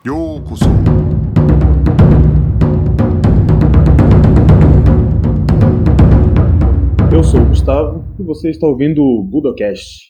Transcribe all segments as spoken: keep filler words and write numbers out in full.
Yokoso. Eu sou o Gustavo e você está ouvindo o Budocast.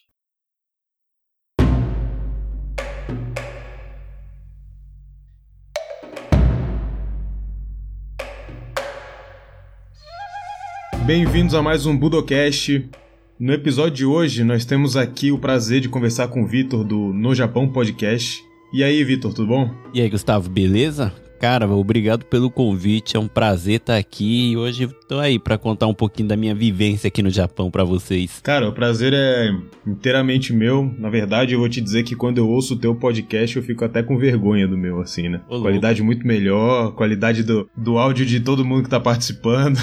Bem-vindos a mais um Budocast. No episódio de hoje nós temos aqui o prazer de conversar com o Vitor do No Japão Podcast. E aí, Vitor, tudo bom? E aí, Gustavo, beleza? Cara, obrigado pelo convite, é um prazer estar aqui e hoje tô aí pra contar um pouquinho da minha vivência aqui no Japão pra vocês. Cara, o prazer é inteiramente meu. Na verdade, eu vou te dizer que quando eu ouço o teu podcast, eu fico até com vergonha do meu, assim, né? Ô, qualidade louco. muito melhor, qualidade do, do áudio de todo mundo que tá participando.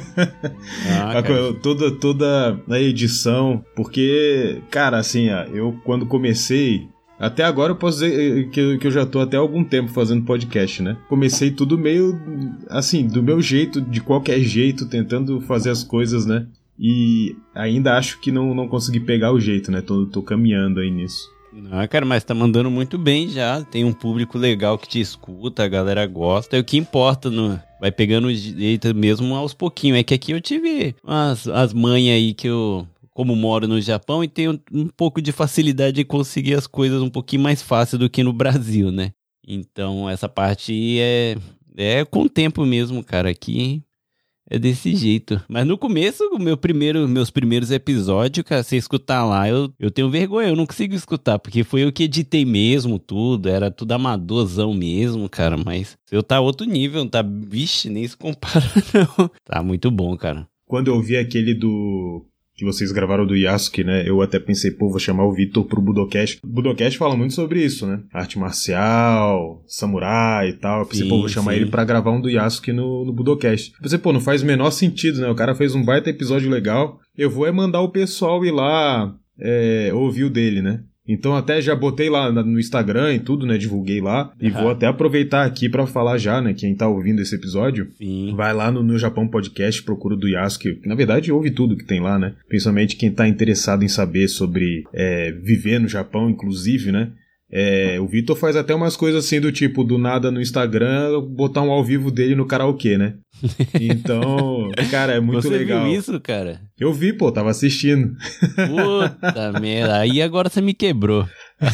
Ah, A cara. co- toda, toda a edição, porque, cara, assim, ó, eu quando comecei... Até agora eu posso dizer que eu, que eu já tô até há algum tempo fazendo podcast, né? Comecei tudo meio, assim, do meu jeito, de qualquer jeito, tentando fazer as coisas, né? E ainda acho que não, não consegui pegar o jeito, né? Tô, tô caminhando aí nisso. Não, cara, mas tá mandando muito bem já, tem um público legal que te escuta, a galera gosta, e o que importa, no... vai pegando o jeito mesmo aos pouquinhos, é que aqui eu tive as, as manhas aí que eu... como moro no Japão e tenho um pouco de facilidade de conseguir as coisas um pouquinho mais fácil do que no Brasil, né? Então, essa parte é, é com o tempo mesmo, cara. Aqui é desse jeito. Mas no começo, o meu primeiro, meus primeiros episódios, cara, você escutar lá, eu, eu tenho vergonha, eu não consigo escutar, porque foi eu que editei mesmo tudo, era tudo amadorzão mesmo, cara. Mas eu tá outro nível, tá? Vixe, nem se compara, não. Tá muito bom, cara. Quando eu vi aquele do... que vocês gravaram do Yasuke, né? Eu até pensei, pô, vou chamar o Vitor pro Budocast. O Budocast fala muito sobre isso, né? Arte marcial, samurai e tal. Eu pensei, Sim, pô, vou chamar sim. ele pra gravar um do Yasuke no, no Budocast. Eu pensei, pô, não faz o menor sentido, né? O cara fez um baita episódio legal. Eu vou é mandar o pessoal ir lá é, ouvir o dele, né? Então até já botei lá na- no Instagram e tudo, né? Divulguei lá. E Aham. vou até aproveitar aqui pra falar já, né? Quem tá ouvindo esse episódio, Sim. vai lá no, no Japão Podcast, procura o do Yasuke, que na verdade ouve tudo que tem lá, né? Principalmente quem tá interessado em saber sobre é, viver no Japão, inclusive, né? É, o Vitor faz até umas coisas assim do tipo, do nada no Instagram, botar um ao vivo dele no karaokê, né? Então, cara, é muito Você legal. viu isso, cara? Eu vi, pô, tava assistindo. Puta merda. Aí agora você me quebrou.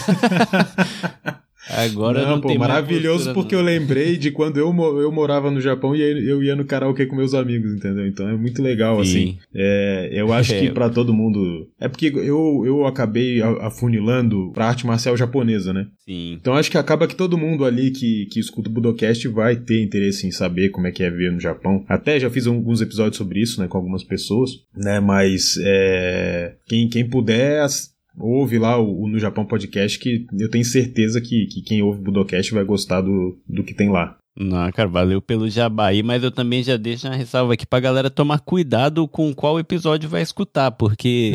Agora não, não, pô, tem mais maravilhoso postura, porque não. eu lembrei de quando eu, mo- eu morava no Japão e aí eu ia no karaokê com meus amigos, entendeu? Então é muito legal, Sim. assim. É, eu acho que É. pra todo mundo... É porque eu, eu acabei a- afunilando pra arte marcial japonesa, né? Sim. Então acho que acaba que todo mundo ali que, que escuta o Budocast vai ter interesse em saber como é que é viver no Japão. Até já fiz alguns episódios sobre isso, né, com algumas pessoas, né? Mas é, quem, quem puder... as- ouve lá o, o No Japão Podcast, que eu tenho certeza que, que quem ouve o Budocast vai gostar do, do que tem lá. Não, cara, valeu pelo jabá aí, mas eu também já deixo uma ressalva aqui pra galera tomar cuidado com qual episódio vai escutar, porque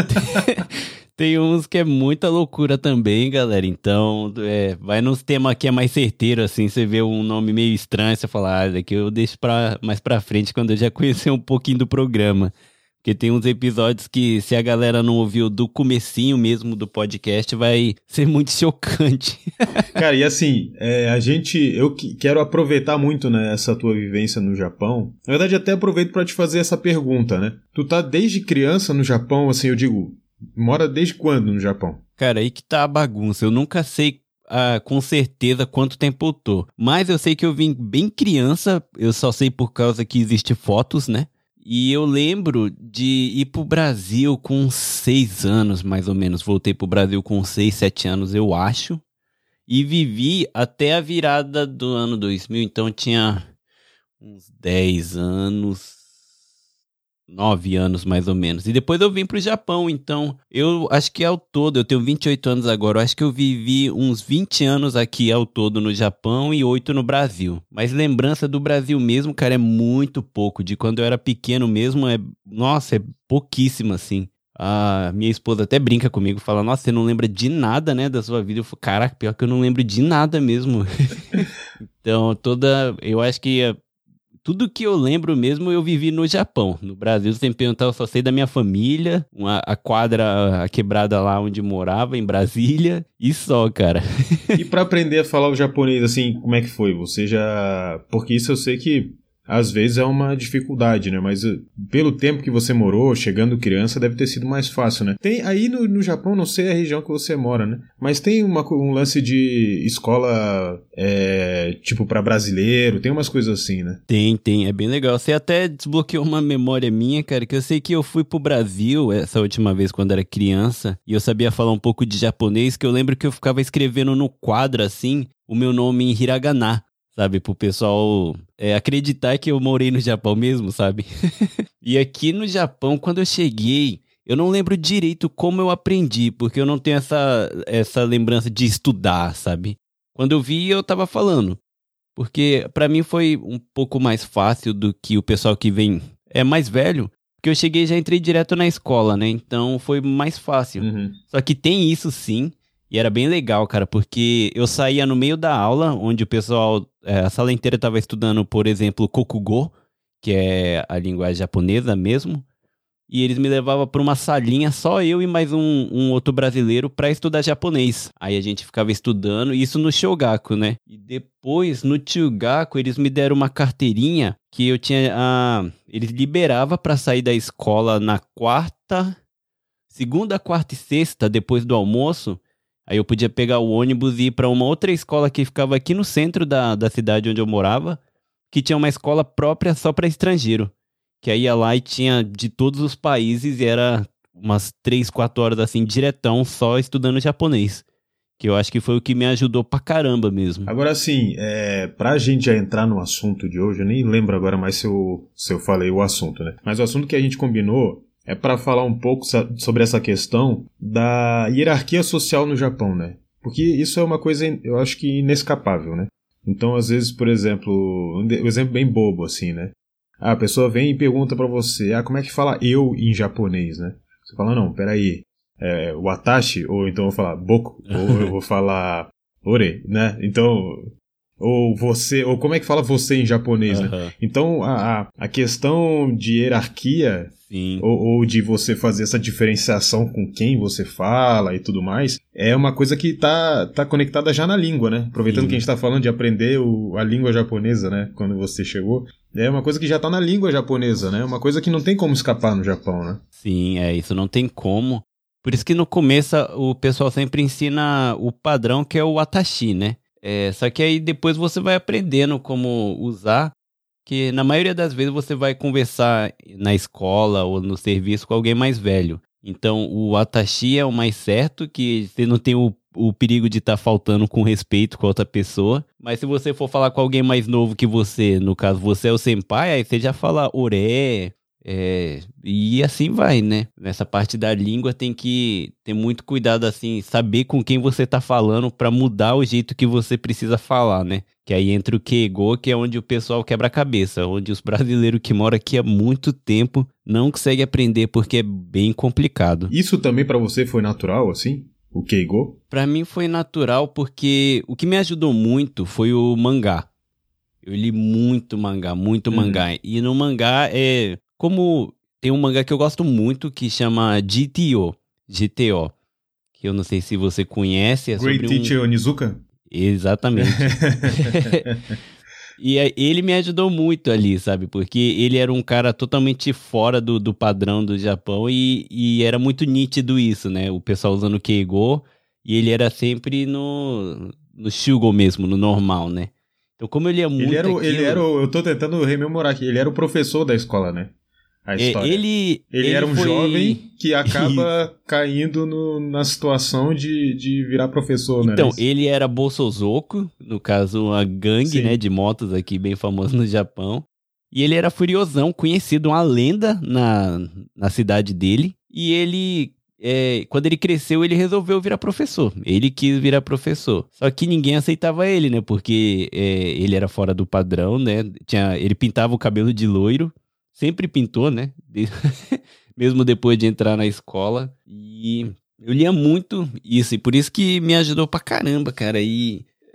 tem uns que é muita loucura também, galera. Então, é, vai nos temas que é mais certeiro, assim, você vê um nome meio estranho, você fala, ah, daqui eu deixo pra, mais pra frente, quando eu já conhecer um pouquinho do programa. Porque tem uns episódios que, se a galera não ouviu do comecinho mesmo do podcast, vai ser muito chocante. Cara, e assim, é, a gente, eu que- quero aproveitar muito, né, essa tua vivência no Japão. Na verdade, até aproveito pra te fazer essa pergunta, né? Tu tá desde criança no Japão, assim, eu digo, mora desde quando no Japão? Cara, aí que tá a bagunça. Eu nunca sei ah, com certeza quanto tempo eu tô. Mas eu sei que eu vim bem criança, eu só sei por causa que existe fotos, né? E eu lembro de ir pro Brasil com seis anos, mais ou menos. Voltei pro Brasil com seis, sete anos, eu acho. E vivi até a virada do ano dois mil, então eu tinha uns dez anos, nove anos mais ou menos. E depois eu vim pro Japão, então eu acho que ao todo, eu tenho vinte e oito anos agora, eu acho que eu vivi uns vinte anos aqui ao todo no Japão e oito no Brasil. Mas lembrança do Brasil mesmo, cara, é muito pouco. De quando eu era pequeno mesmo, é, nossa, é pouquíssimo assim. A minha esposa até brinca comigo, fala, nossa, você não lembra de nada, né, da sua vida? Eu falo, caraca, pior que eu não lembro de nada mesmo. Então, toda, eu acho que tudo que eu lembro mesmo eu vivi no Japão. No Brasil, sem perguntar, eu só sei da minha família, uma, a quadra, a quebrada lá onde morava, em Brasília, e só, cara. E pra aprender a falar o japonês, assim, como é que foi? Você já... Porque isso eu sei que às vezes é uma dificuldade, né? Mas uh, pelo tempo que você morou, chegando criança, deve ter sido mais fácil, né? Tem aí no, no Japão, não sei a região que você mora, né? Mas tem uma, um lance de escola, é, tipo, pra brasileiro, tem umas coisas assim, né? Tem, tem, é bem legal. Você até desbloqueou uma memória minha, cara, que eu sei que eu fui pro Brasil essa última vez quando era criança, e eu sabia falar um pouco de japonês, que eu lembro que eu ficava escrevendo no quadro, assim, o meu nome em hiragana. Sabe, pro pessoal é, acreditar que eu morei no Japão mesmo, sabe? E aqui no Japão, quando eu cheguei, eu não lembro direito como eu aprendi, porque eu não tenho essa, essa lembrança de estudar, sabe? Quando eu vi, eu tava falando. Porque pra mim foi um pouco mais fácil do que o pessoal que vem é mais velho, porque eu cheguei e já entrei direto na escola, né? Então foi mais fácil. Uhum. Só que tem isso sim. E era bem legal, cara, porque eu saía no meio da aula, onde o pessoal, é, a sala inteira estava estudando, por exemplo, Kokugo, que é a linguagem japonesa mesmo, e eles me levavam para uma salinha, só eu e mais um, um outro brasileiro, para estudar japonês. Aí a gente ficava estudando, isso no Shogaku, né? E depois, no Chugaku, eles me deram uma carteirinha que eu tinha... Ah, eles liberavam para sair da escola na quarta, segunda, quarta e sexta, depois do almoço. Aí eu podia pegar o ônibus e ir para uma outra escola que ficava aqui no centro da, da cidade onde eu morava, que tinha uma escola própria só para estrangeiro. Que aí ia lá e tinha de todos os países e era umas três, quatro horas assim, diretão, só estudando japonês. Que eu acho que foi o que me ajudou pra caramba mesmo. Agora, assim, é, pra gente já entrar no assunto de hoje, eu nem lembro agora mais se eu, se eu falei o assunto, né? Mas o assunto que a gente combinou é para falar um pouco sobre essa questão da hierarquia social no Japão, né? Porque isso é uma coisa, eu acho que inescapável, né? Então, às vezes, por exemplo, um exemplo bem bobo, assim, né? Ah, a pessoa vem e pergunta pra você, ah, como é que fala eu em japonês, né? Você fala, não, peraí, é, watashi, ou então eu vou falar boku, ou eu vou falar ore, né? Então... Ou você, ou como é que fala você em japonês, uhum. né? Então, a, a questão de hierarquia, Sim. Ou, ou de você fazer essa diferenciação com quem você fala e tudo mais, é uma coisa que tá, tá conectada já na língua, né? Aproveitando Sim. que a gente tá falando de aprender o, a língua japonesa, né? Quando você chegou, é uma coisa que já tá na língua japonesa, né? Uma coisa que não tem como escapar no Japão, né? Sim, é, isso não tem como. Por isso que no começo o pessoal sempre ensina o padrão, que é o watashi, né? É, só que aí depois você vai aprendendo como usar, que na maioria das vezes você vai conversar na escola ou no serviço com alguém mais velho. Então o watashi é o mais certo, que você não tem o, o perigo de estar tá faltando com respeito com a outra pessoa. Mas se você for falar com alguém mais novo que você, no caso você é o senpai, aí você já fala ore, é, e assim vai, né? Nessa parte da língua tem que ter muito cuidado, assim, saber com quem você tá falando pra mudar o jeito que você precisa falar, né? Que aí entra o Keigo, que é onde o pessoal quebra a cabeça, onde os brasileiros que moram aqui há muito tempo não conseguem aprender porque é bem complicado. Isso também pra você foi natural, assim? O Keigo? Pra mim foi natural porque o que me ajudou muito foi o mangá. Eu li muito mangá, muito hum. mangá. E no mangá é... Como tem um mangá que eu gosto muito que chama G T O, G T O, que eu não sei se você conhece. É Great sobre Teacher um... Onizuka? Exatamente. E ele me ajudou muito ali, sabe? Porque ele era um cara totalmente fora do, do padrão do Japão e, e era muito nítido isso, né? O pessoal usando Keigo e ele era sempre no, no Shugo mesmo, no normal, né? Então como ele é muito ele era, o, aquilo... ele era o, eu tô tentando rememorar aqui, ele era o professor da escola, né? A história. Ele, ele, ele era um foi... jovem que acaba caindo no, na situação de, de virar professor, né? Então, ele era Bolsozoku, no caso, uma gangue, né, de motos aqui bem famosa no Japão. E ele era furiosão, conhecido, uma lenda na, na cidade dele. E ele, é, quando ele cresceu, ele resolveu virar professor. Ele quis virar professor. Só que ninguém aceitava ele, né? Porque é, ele era fora do padrão, né? Tinha, ele pintava o cabelo de loiro. Sempre pintou, né? Mesmo depois de entrar na escola. E eu lia muito isso. E por isso que me ajudou pra caramba, cara. E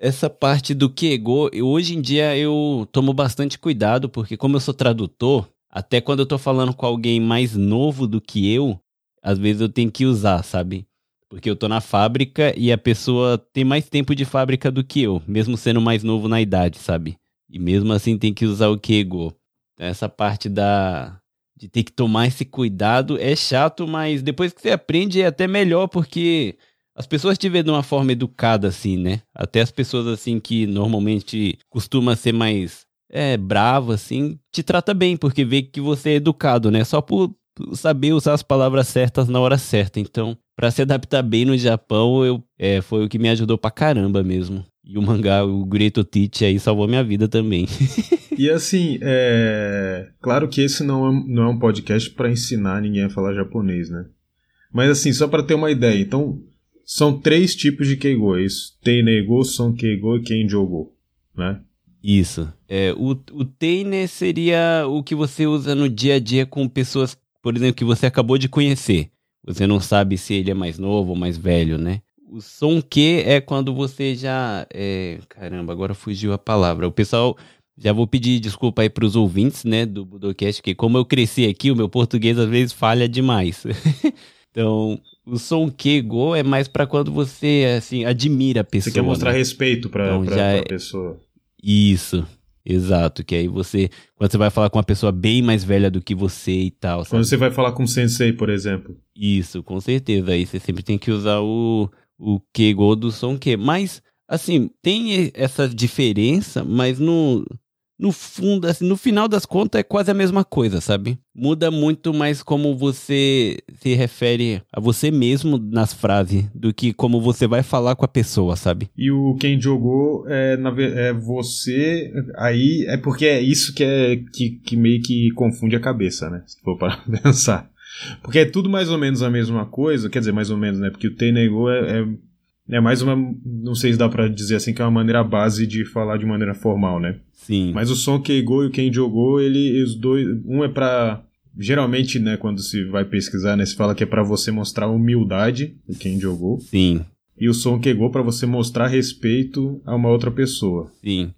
essa parte do Keigo, eu- hoje em dia eu tomo bastante cuidado, porque como eu sou tradutor, até quando eu tô falando com alguém mais novo do que eu, às vezes eu tenho que usar, sabe? Porque eu tô na fábrica e a pessoa tem mais tempo de fábrica do que eu, mesmo sendo mais novo na idade, sabe? E mesmo assim tem que usar o Keigo. Então essa parte da de ter que tomar esse cuidado é chato, mas depois que você aprende é até melhor, porque as pessoas te veem de uma forma educada, assim, né? Até as pessoas, assim, que normalmente costumam ser mais é, bravo, assim, te trata bem, porque vê que você é educado, né? Só por saber usar as palavras certas na hora certa. Então, pra se adaptar bem no Japão, eu, é, foi o que me ajudou pra caramba mesmo. E o mangá, o Great Teach aí salvou minha vida também. E assim, é... claro que esse não é, não é um podcast para ensinar ninguém a falar japonês, né? Mas assim, só para ter uma ideia, então são três tipos de Keigo, é isso? Teinego, Sonkeigo e Kenjogo, né? Isso. É, o, o Teine seria o que você usa no dia a dia com pessoas, por exemplo, que você acabou de conhecer. Você não sabe se ele é mais novo ou mais velho, né? O Sonke é quando você já... É, caramba, agora fugiu a palavra. O pessoal... Já vou pedir desculpa aí pros ouvintes, né, do Budocast, que como eu cresci aqui, o meu português às vezes falha demais. Então, o Sonkeigo é mais pra quando você, assim, admira a pessoa. Você quer mostrar né? respeito pra, Então, pra, já pra é- pessoa. Isso, exato. Que aí você, quando você vai falar com uma pessoa bem mais velha do que você e tal, sabe? Quando você vai falar com o sensei, por exemplo. Isso, com certeza. Aí você sempre tem que usar o, o Keigo do Sonke. Mas, assim, tem e- essa diferença, mas no, no fundo, assim, no final das contas é quase a mesma coisa, sabe? Muda muito mais como você se refere a você mesmo nas frases do que como você vai falar com a pessoa, sabe? E o Kenjogo é, na ve- é você. Aí é porque é isso que, é, que, que meio que confunde a cabeça, né? Se for para pensar. Porque é tudo mais ou menos a mesma coisa, quer dizer, mais ou menos, né? Porque o Teinego é, é, é mais uma. Não sei se dá pra dizer assim, que é uma maneira base de falar de maneira formal, né? Sim. Mas o Sonkeigo e o Kenjogo, ele, os dois. Um é pra. Geralmente, né, quando se vai pesquisar, né, se fala que é pra você mostrar humildade, o Kenjogo. Sim, E o Sonkeigo pra você mostrar respeito a uma outra pessoa. sim.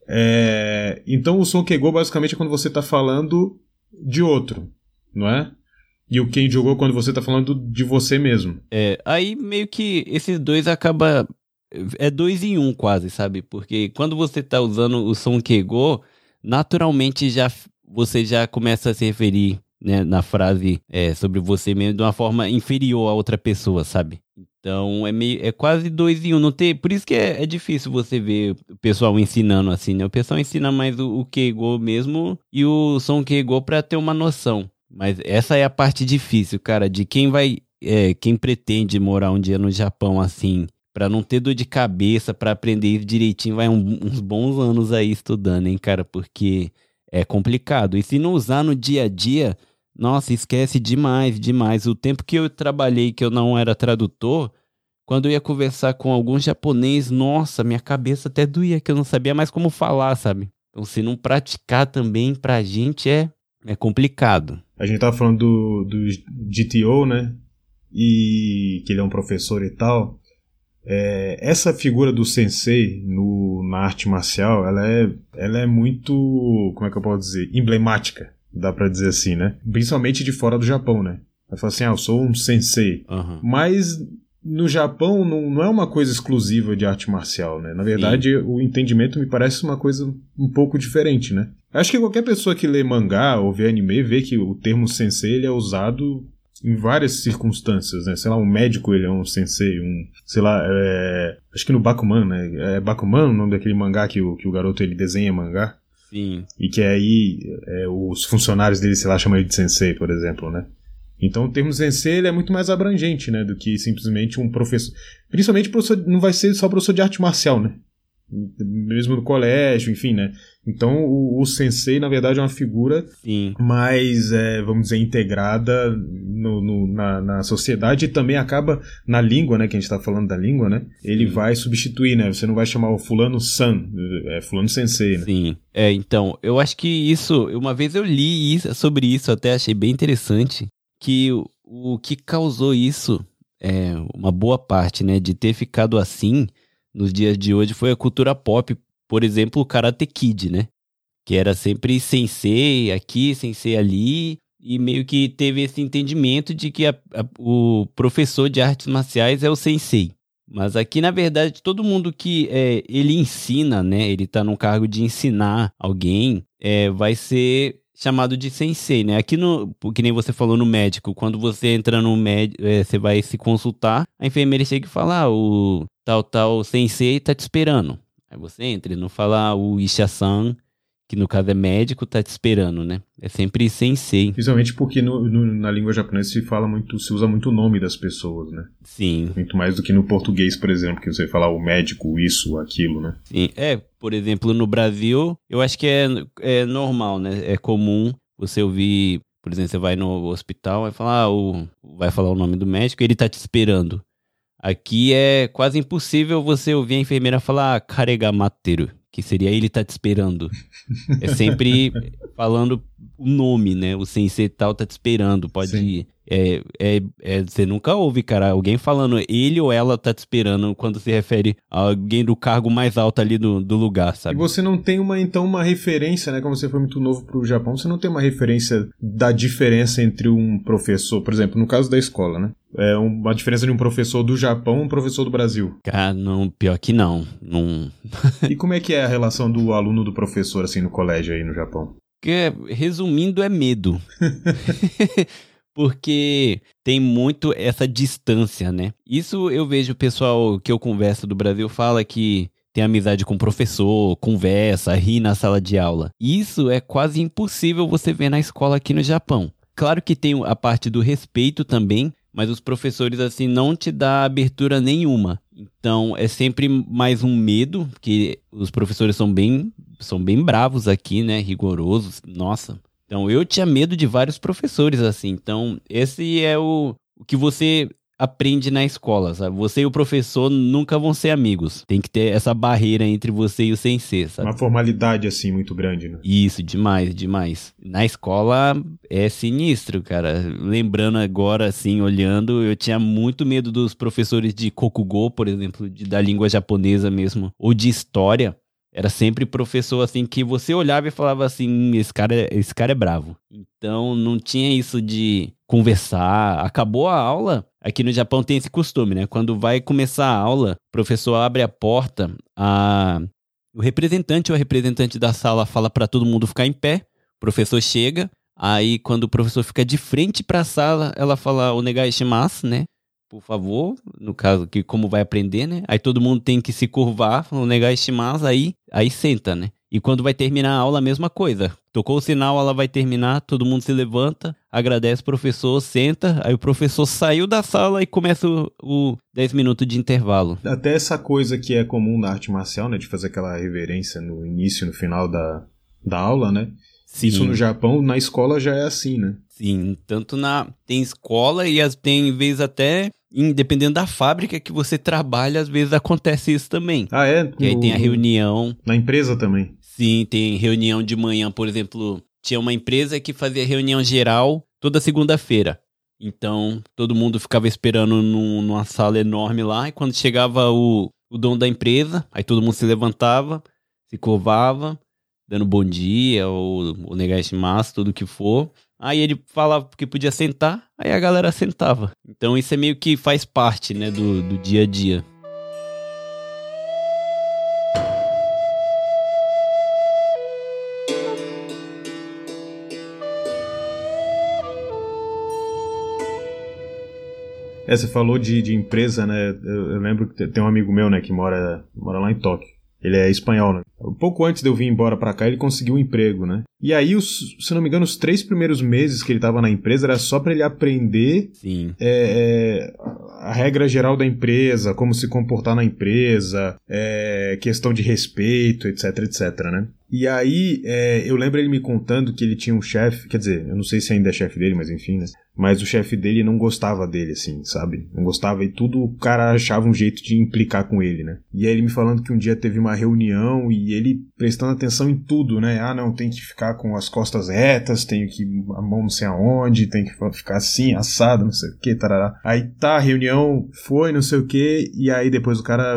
É, então o Sonkeigo basicamente é quando você tá falando de outro, não é? E o Kenjogo é quando você tá falando de você mesmo. É, aí meio que esses dois acaba é dois em um quase, sabe? Porque quando você tá usando o Sonkeigo, naturalmente já você já começa a se referir, né, na frase é, sobre você mesmo de uma forma inferior a outra pessoa, sabe? Então é meio é quase dois em um, não tem, por isso que é, é difícil você ver o pessoal ensinando assim, né? O pessoal ensina mais o, o Keigo mesmo e o Sonkeigo pra ter uma noção. Mas essa é a parte difícil, cara, de quem vai, é, quem pretende morar um dia no Japão assim, pra não ter dor de cabeça, pra aprender isso direitinho, vai um- uns bons anos aí estudando, hein, cara, porque é complicado. E se não usar no dia a dia, nossa, esquece demais, demais. O tempo que eu trabalhei, que eu não era tradutor, quando eu ia conversar com algum japonês, nossa, minha cabeça até doía, que eu não sabia mais como falar, sabe? Então, se não praticar também pra gente é, é complicado. A gente tava falando do, do G T O, né? E que ele é um professor e tal. É, essa figura do sensei no, na arte marcial, ela é, ela é muito, como é que eu posso dizer, emblemática, dá pra dizer assim, né? Principalmente de fora do Japão, né? Ela fala assim, ah, eu sou um sensei. Aham. Mas no Japão não, não é uma coisa exclusiva de arte marcial, né? Na verdade, o entendimento me parece uma coisa um pouco diferente, né? Acho que qualquer pessoa que lê mangá ou vê anime vê que o termo sensei ele é usado em várias circunstâncias, né? Sei lá, um médico ele é um sensei, um... Sei lá, é... acho que no Bakuman, né? É Bakuman o nome daquele mangá que o, que o garoto ele desenha mangá. Sim. E que aí é, os funcionários dele, sei lá, chamam ele de sensei, por exemplo, né? Então o termo sensei ele é muito mais abrangente, né? Do que simplesmente um professor. Principalmente professor, não vai ser só professor de arte marcial, né? Mesmo no colégio, enfim, né? Então o, o sensei, na verdade, é uma figura Sim. mais, é, vamos dizer, integrada no, no- na, na sociedade e também acaba na língua, né? Que a gente tá falando da língua, né? Ele Sim. vai substituir, né? Você não vai chamar o fulano san, é fulano sensei, né? Sim. É, então, eu acho que isso, uma vez eu li isso, sobre isso, até achei bem interessante, que o, o que causou isso, é, uma boa parte, né, de ter ficado assim, nos dias de hoje foi a cultura pop, por exemplo, o Karate Kid, né? Que era sempre sensei aqui, sensei ali, e meio que teve esse entendimento de que a, a, o professor de artes marciais é o sensei. Mas aqui, na verdade, todo mundo que é, ele ensina, né? Ele tá num cargo de ensinar alguém, é, vai ser chamado de sensei, né? Aqui, no, que nem você falou no médico, quando você entra no médico, é, você vai se consultar, a enfermeira chega e fala, ah, o tal, tal sensei tá te esperando. Aí você entra e não fala ah, o Isha-san, que no caso é médico, tá te esperando, né? É sempre sensei. Principalmente porque no, no, na língua japonesa se fala muito, se usa muito o nome das pessoas, né? Sim. Muito mais do que no português, por exemplo, que você fala o médico, isso, aquilo, né? Sim, é, por exemplo, no Brasil, eu acho que é, é normal, né? É comum você ouvir, por exemplo, você vai no hospital, vai falar, ah, o, vai falar o nome do médico e ele tá te esperando. Aqui é quase impossível você ouvir a enfermeira falar, ah, karegamateru, que seria ele tá te esperando. É sempre falando o nome, né? O sensei tal tá te esperando, pode ir. É, é, é, você nunca ouve, cara, alguém falando ele ou ela tá te esperando quando se refere a alguém do cargo mais alto ali do, do lugar, sabe? E você não tem uma, então, uma referência, né? Como você foi muito novo pro Japão, você não tem uma referência da diferença entre um professor, por exemplo, no caso da escola, né? É uma diferença de um professor do Japão e um professor do Brasil. Cara, não, pior que não. não... E como é que é a relação do aluno do professor, assim, no colégio aí no Japão? Que, resumindo, é medo. Porque tem muito essa distância, né? Isso eu vejo o pessoal que eu converso do Brasil fala que tem amizade com o professor, conversa, ri na sala de aula. Isso é quase impossível você ver na escola aqui no Japão. Claro que tem a parte do respeito também, mas os professores assim não te dão abertura nenhuma. Então é sempre mais um medo, porque os professores são bem, são bem bravos aqui, né? Rigorosos, nossa. Então, eu tinha medo de vários professores, assim. Então, esse é o, o que você aprende na escola, sabe? Você e o professor nunca vão ser amigos. Tem que ter essa barreira entre você e o sensei, sabe? Uma formalidade, assim, muito grande, né? Isso, demais, demais. Na escola é sinistro, cara. Lembrando agora, assim, olhando, eu tinha muito medo dos professores de Kokugo, por exemplo, de, da língua japonesa mesmo, ou de história. Era sempre professor, assim, que você olhava e falava assim, esse cara, esse cara é bravo. Então, não tinha isso de conversar. Acabou a aula, aqui no Japão tem esse costume, né? Quando vai começar a aula, o professor abre a porta, a... o representante ou a representante da sala fala para todo mundo ficar em pé, o professor chega, aí quando o professor fica de frente para a sala, ela fala, onegai shimasu, né? Por favor, no caso, que como vai aprender, né? Aí todo mundo tem que se curvar, onegai shimasu, aí, aí senta, né? E quando vai terminar a aula, a mesma coisa. Tocou o sinal, ela vai terminar, todo mundo se levanta, agradece o professor, senta, aí o professor saiu da sala e começa o, o dez minutos de intervalo. Até essa coisa que é comum na arte marcial, né? De fazer aquela reverência no início e no final da, da aula, né? Sim. Isso no Japão, na escola já é assim, né? Sim, tanto na... Tem escola e as, tem vezes até... Dependendo da fábrica que você trabalha, às vezes acontece isso também. Ah, é? Que aí tem a reunião. Na empresa também? Sim, tem reunião de manhã, por exemplo. Tinha uma empresa que fazia reunião geral toda segunda-feira. Então, todo mundo ficava esperando num, numa sala enorme lá. E quando chegava o, o dono da empresa, aí todo mundo se levantava, se curvava, dando bom dia, ou o onegai shimasu, tudo que for. Aí ele falava que podia sentar, aí a galera sentava. Então isso é meio que faz parte, né, do, do dia a dia. É, você falou de, de empresa, né? Eu, eu lembro que tem um amigo meu, né, que mora, mora lá em Tóquio. Ele é espanhol, né? Um pouco antes de eu vir embora pra cá, ele conseguiu um emprego, né? E aí, os, se não me engano, os três primeiros meses que ele tava na empresa era só pra ele aprender Sim. É, é, a regra geral da empresa, como se comportar na empresa, é, questão de respeito, etc, etc, né? E aí, é, eu lembro ele me contando que ele tinha um chefe, quer dizer, eu não sei se ainda é chefe dele, mas enfim, né? Mas o chefe dele não gostava dele, assim, sabe? Não gostava e tudo, o cara achava um jeito de implicar com ele, né? E aí ele me falando que um dia teve uma reunião e ele prestando atenção em tudo, né? Ah, não, tem que ficar com as costas retas, tenho que a mão não sei aonde, tem que ficar assim, assado, não sei o que, tarará. Aí tá, a reunião foi, não sei o que, e aí depois o cara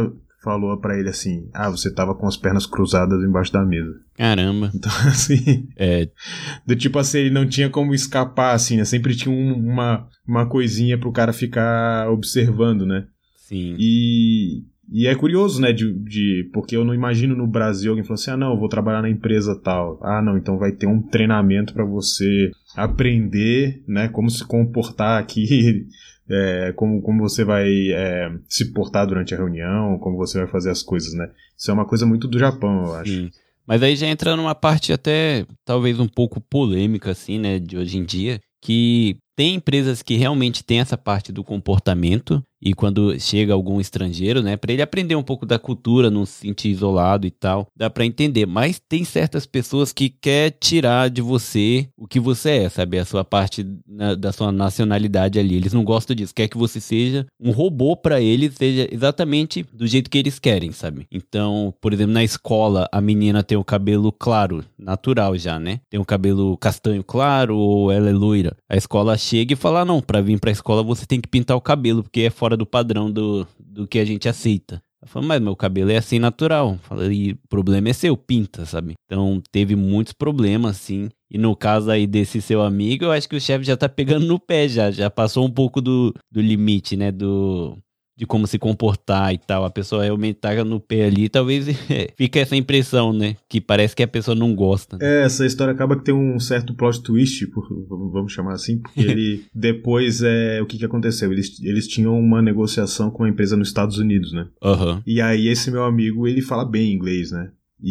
falou pra ele assim, ah, você tava com as pernas cruzadas embaixo da mesa. Caramba. Então, assim... É... Do tipo assim, ele não tinha como escapar, assim, né? Sempre tinha um, uma, uma coisinha pro cara ficar observando, né? Sim. E... E é curioso, né, de, de, porque eu não imagino no Brasil alguém falando assim, ah, não, eu vou trabalhar na empresa tal. Ah, não, então vai ter um treinamento pra você aprender, né, como se comportar aqui, é, como, como você vai é, se portar durante a reunião, como você vai fazer as coisas, né. Isso é uma coisa muito do Japão, eu acho. Sim. Mas aí já entra numa parte até, talvez um pouco polêmica, assim, né, de hoje em dia, que tem empresas que realmente tem essa parte do comportamento e quando chega algum estrangeiro, né, para ele aprender um pouco da cultura, não se sentir isolado e tal, dá para entender. Mas tem certas pessoas que quer tirar de você o que você é, sabe? A sua parte na, da sua nacionalidade ali. Eles não gostam disso. Quer que você seja um robô para eles, seja exatamente do jeito que eles querem, sabe? Então, por exemplo, na escola, a menina tem o cabelo claro, natural já, né? Tem o cabelo castanho claro ou ela é loira. A escola chega e fala, ah, não, pra vir pra escola você tem que pintar o cabelo, porque é fora do padrão do, do que a gente aceita. Eu falo, mas meu cabelo é assim natural. Fala, e o problema é seu, pinta, sabe? Então teve muitos problemas, assim. E no caso aí desse seu amigo, eu acho que o chefe já tá pegando no pé já. Já passou um pouco do, do limite, né? Do... de como se comportar e tal, a pessoa realmente tá no pé ali, talvez fica essa impressão, né, que parece que a pessoa não gosta. Né? É, essa história acaba que tem um certo plot twist, por, vamos chamar assim, porque ele, depois, é, o que que aconteceu? Eles, eles tinham uma negociação com uma empresa nos Estados Unidos, né? Uhum. E aí esse meu amigo, ele fala bem inglês, né?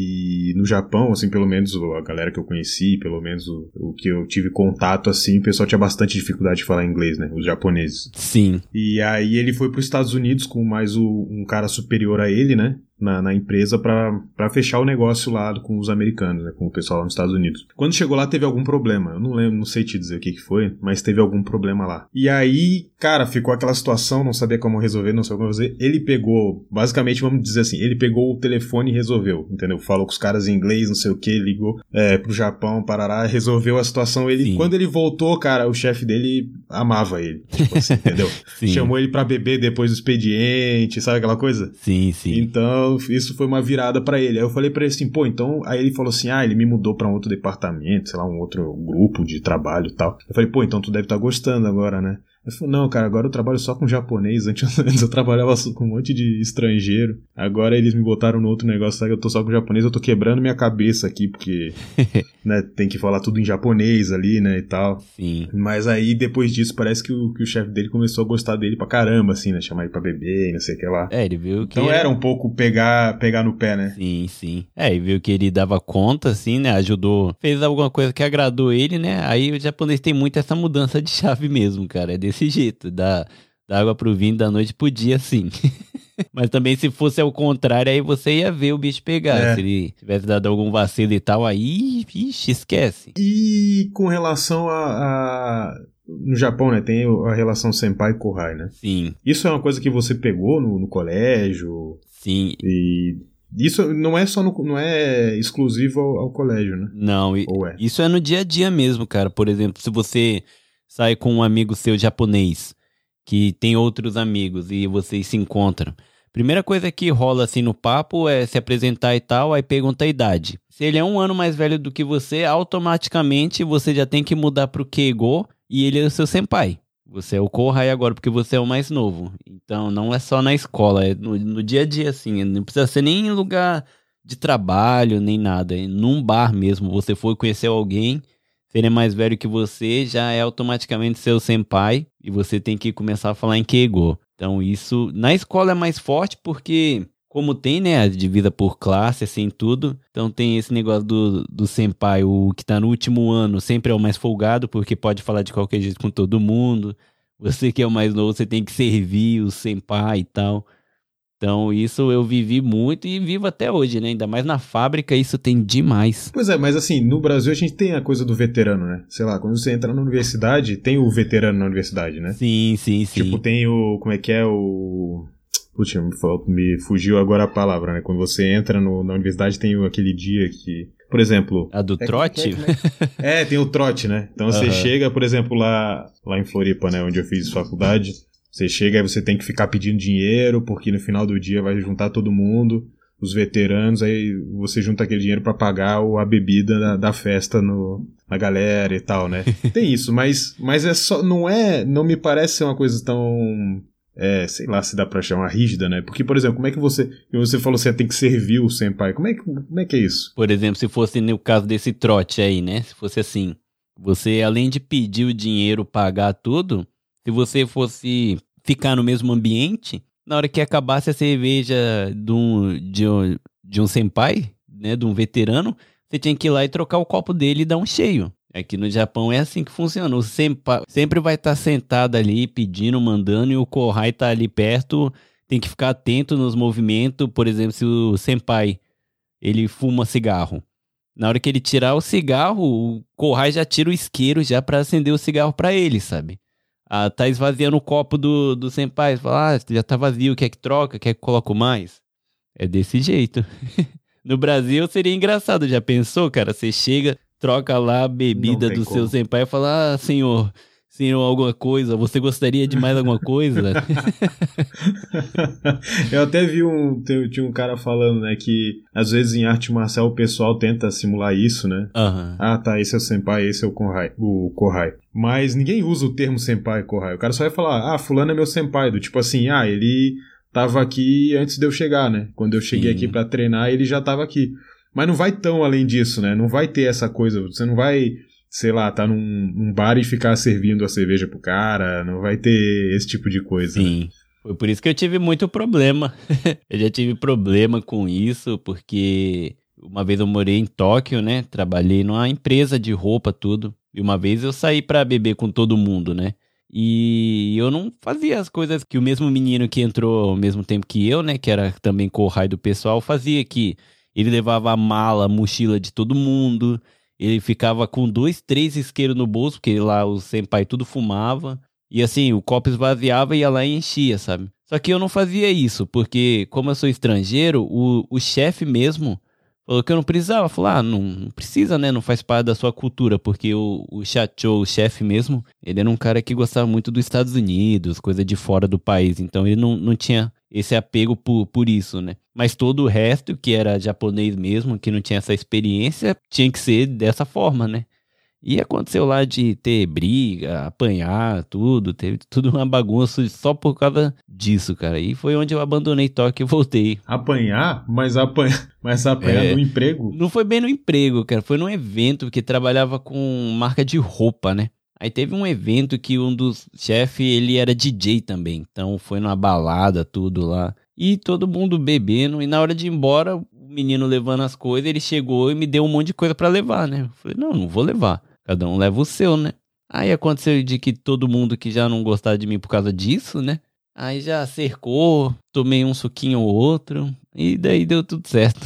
E no Japão, assim, pelo menos a galera que eu conheci, pelo menos o, o que eu tive contato, assim, o pessoal tinha bastante dificuldade de falar inglês, né? Os japoneses. Sim. E aí ele foi para os Estados Unidos com mais o, um cara superior a ele, né? Na, na empresa pra, pra fechar o negócio lá com os americanos, né? Com o pessoal lá nos Estados Unidos. Quando chegou lá teve algum problema. Eu não lembro, não sei te dizer o que que foi, mas teve algum problema lá. E aí, cara, ficou aquela situação, não sabia como resolver, não sabia como fazer. Ele pegou, basicamente, vamos dizer assim, ele pegou o telefone e resolveu, entendeu? Falou com os caras em inglês, não sei o que, ligou é, pro Japão, parará, resolveu a situação. Ele, Sim. Quando ele voltou, cara, o chefe dele amava ele, tipo assim, entendeu? Chamou ele pra beber depois do expediente, sabe aquela coisa? Sim, sim. Então, isso foi uma virada pra ele. Aí eu falei pra ele assim, pô, então... Aí ele falou assim, ah, ele me mudou pra um outro departamento, sei lá, um outro grupo de trabalho e tal. Eu falei, pô, então tu deve estar gostando agora, né? Ele falou, não, cara, agora eu trabalho só com japonês. Antes, antes eu trabalhava com um monte de estrangeiro. Agora eles me botaram no outro negócio, sabe? Eu tô só com japonês, eu tô quebrando minha cabeça aqui, porque né, tem que falar tudo em japonês ali, né, e tal. Sim. Mas aí, depois disso, parece que o, que o chefe dele começou a gostar dele pra caramba, assim, né? Chamar ele pra beber e não sei o que lá. É, ele viu que... Então era um pouco pegar, pegar no pé, né? Sim, sim. É, ele viu que ele dava conta, assim, né? Ajudou, fez alguma coisa que agradou ele, né? Aí o japonês tem muito essa mudança de chave mesmo, cara. É desse jeito, da, da água pro vinho, da noite pro dia, sim. Mas também se fosse ao contrário, aí você ia ver o bicho pegar. É. Se ele tivesse dado algum vacilo e tal, aí, vixe, esquece. E com relação a... a... No Japão, né, tem a relação senpai-kohai, né? Sim. Isso é uma coisa que você pegou no, no colégio? Sim. E isso não é só no, não é exclusivo ao, ao colégio, né? Não, Ou é? Isso é no dia a dia mesmo, cara. Por exemplo, se você sai com um amigo seu japonês, que tem outros amigos e vocês se encontram, primeira coisa que rola assim no papo é se apresentar e tal, aí pergunta a idade. Se ele é um ano mais velho do que você, automaticamente você já tem que mudar pro Keigo e ele é o seu senpai. Você é o Kohai agora porque você é o mais novo. Então não é só na escola, é no, no dia a dia assim. Não precisa ser nem em lugar de trabalho, nem nada. É num bar mesmo, você foi conhecer alguém, se ele é mais velho que você, já é automaticamente seu senpai e você tem que começar a falar em Keigo. Então isso, na escola é mais forte porque, como tem, né, a divisa por classe, assim, tudo. Então tem esse negócio do, do senpai, o que tá no último ano sempre é o mais folgado, porque pode falar de qualquer jeito com todo mundo. Você que é o mais novo, você tem que servir o senpai e tal. Então isso eu vivi muito e vivo até hoje, né? Ainda mais na fábrica, isso tem demais. Pois é, mas assim, no Brasil a gente tem a coisa do veterano, né? Sei lá, quando você entra na universidade, tem o veterano na universidade, né? Sim, sim, sim. Tipo, tem o... Como é que é o... Putz, me, me fugiu agora a palavra, né? Quando você entra no, na universidade tem aquele dia que... Por exemplo... A do é, trote? É, é, é, tem o trote, né? Então você uhum. chega, por exemplo, lá, lá em Floripa, né? Onde eu fiz faculdade... Você chega e você tem que ficar pedindo dinheiro, porque no final do dia vai juntar todo mundo, os veteranos, aí você junta aquele dinheiro pra pagar a bebida da, da festa no, na galera e tal, né? Tem isso, mas, mas é só, não é, não me parece ser uma coisa tão, é, sei lá se dá pra chamar rígida, né? Porque, por exemplo, como é que você, você falou que você tem que servir o senpai, como é que, como é que é isso? Por exemplo, se fosse no caso desse trote aí, né? Se fosse assim, você além de pedir o dinheiro, pagar tudo, se você fosse ficar no mesmo ambiente, na hora que acabasse a cerveja de um, de um, de um senpai, né, de um veterano, você tinha que ir lá e trocar o copo dele e dar um cheio. Aqui no Japão é assim que funciona. O senpai sempre vai estar sentado ali, pedindo, mandando, e o kohai tá ali perto, tem que ficar atento nos movimentos. Por exemplo, se o senpai, ele fuma cigarro. Na hora que ele tirar o cigarro, o kohai já tira o isqueiro já pra acender o cigarro pra ele, sabe? Ah, tá esvaziando o copo do, do senpai. Fala, ah, já tá vazio, quer que troca? Quer que coloco mais? É desse jeito. No Brasil seria engraçado, já pensou, cara? Você chega, troca lá a bebida do como. seu senpai e fala, ah, senhor, senhor, alguma coisa, você gostaria de mais alguma coisa? Eu até vi um, tinha um cara falando, né, que às vezes em arte marcial o pessoal tenta simular isso, né? Uhum. Ah, tá, esse é o senpai, esse é o kohai, o kohai. Mas ninguém usa o termo senpai e kohai. O cara só vai falar, ah, fulano é meu senpai, do tipo assim, ah, ele tava aqui antes de eu chegar, né? Quando eu cheguei Sim. aqui pra treinar, ele já tava aqui. Mas não vai tão além disso, né? Não vai ter essa coisa, você não vai, sei lá, tá num, num bar e ficar servindo a cerveja pro cara, não vai ter esse tipo de coisa. Sim. Né? Foi por isso que eu tive muito problema. Eu já tive problema com isso, porque uma vez eu morei em Tóquio, né? Trabalhei numa empresa de roupa, tudo. E uma vez eu saí pra beber com todo mundo, né? E eu não fazia as coisas que o mesmo menino que entrou ao mesmo tempo que eu, né? Que era também co-high do pessoal, fazia que ele levava a mala, a mochila de todo mundo. Ele ficava com dois, três isqueiros no bolso, porque lá o senpai tudo fumava. E assim, o copo esvaziava e ia lá e enchia, sabe? Só que eu não fazia isso, porque como eu sou estrangeiro, o, o chefe mesmo falou que eu não precisava. Falou, ah, não, não precisa, né? Não faz parte da sua cultura, porque o, o Chacho, o chefe mesmo, ele era um cara que gostava muito dos Estados Unidos, coisa de fora do país. Então ele não, não tinha esse apego por, por isso, né? Mas todo o resto, que era japonês mesmo, que não tinha essa experiência, tinha que ser dessa forma, né? E aconteceu lá de ter briga, apanhar, tudo, teve tudo uma bagunça só por causa disso, cara. E foi onde eu abandonei Tóquio e voltei. Apanhar? Mas apanhar, mas apanhar é, no emprego? Não foi bem no emprego, cara. Foi num evento que trabalhava com marca de roupa, né? Aí teve um evento que um dos chefes, ele era D J também. Então foi numa balada, tudo lá. E todo mundo bebendo. E na hora de ir embora, o menino levando as coisas, ele chegou e me deu um monte de coisa pra levar, né? Eu falei, não, não vou levar. Cada um leva o seu, né? Aí aconteceu de que todo mundo que já não gostava de mim por causa disso, né? Aí já cercou, tomei um suquinho ou outro, e daí deu tudo certo.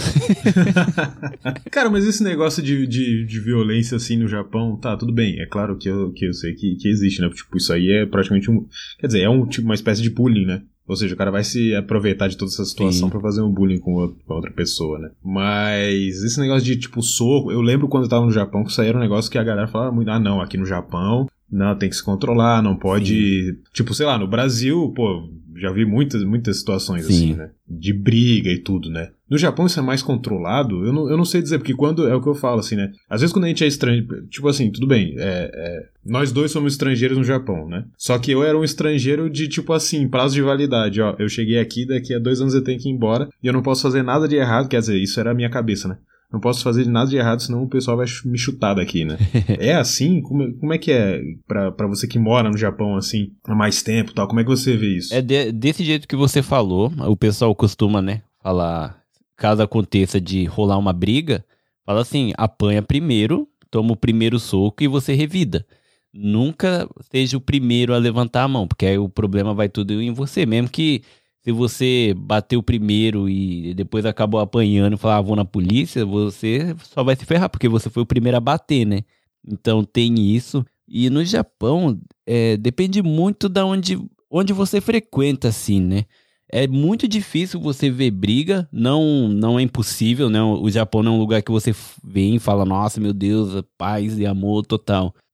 Cara, mas esse negócio de, de, de violência assim no Japão, tá, tudo bem. É claro que eu, que eu sei que, que existe, né? Tipo, isso aí é praticamente um... Quer dizer, é um, tipo, uma espécie de bullying, né? Ou seja, o cara vai se aproveitar de toda essa situação Sim. pra fazer um bullying com, outro, com outra pessoa, né? Mas esse negócio de, tipo, soco... Eu lembro quando eu tava no Japão que isso aí era um negócio que a galera falava muito... Ah, não, aqui no Japão, não, tem que se controlar, não pode... Sim. Tipo, sei lá, no Brasil, pô... Já vi muitas, muitas situações Sim. assim, né? De briga e tudo, né? No Japão isso é mais controlado? Eu não, eu não sei dizer, porque quando... É o que eu falo, assim, né? Às vezes quando a gente é estrangeiro... Tipo assim, tudo bem. É, é, nós dois somos estrangeiros no Japão, né? Só que eu era um estrangeiro de, tipo assim, prazo de validade. Ó, eu cheguei aqui, daqui a dois anos eu tenho que ir embora. E eu não posso fazer nada de errado. Quer dizer, isso era a minha cabeça, né? Não posso fazer nada de errado, senão o pessoal vai me chutar daqui, né? É assim? Como, como é que é pra, pra você que mora no Japão, assim, há mais tempo e tal? Como é que você vê isso? É de, desse jeito que você falou. O pessoal costuma, né, falar, caso aconteça de rolar uma briga, fala assim, apanha primeiro, toma o primeiro soco e você revida. Nunca seja o primeiro a levantar a mão, porque aí o problema vai tudo em você. Mesmo que se você bateu primeiro e depois acabou apanhando e falar, ah, vou na polícia, você só vai se ferrar, porque você foi o primeiro a bater, né? Então tem isso. E no Japão, é, depende muito de onde, onde você frequenta, assim, né? É muito difícil você ver briga, não, não é impossível, né? O Japão não é um lugar que você vem e fala, nossa, meu Deus, paz e amor total.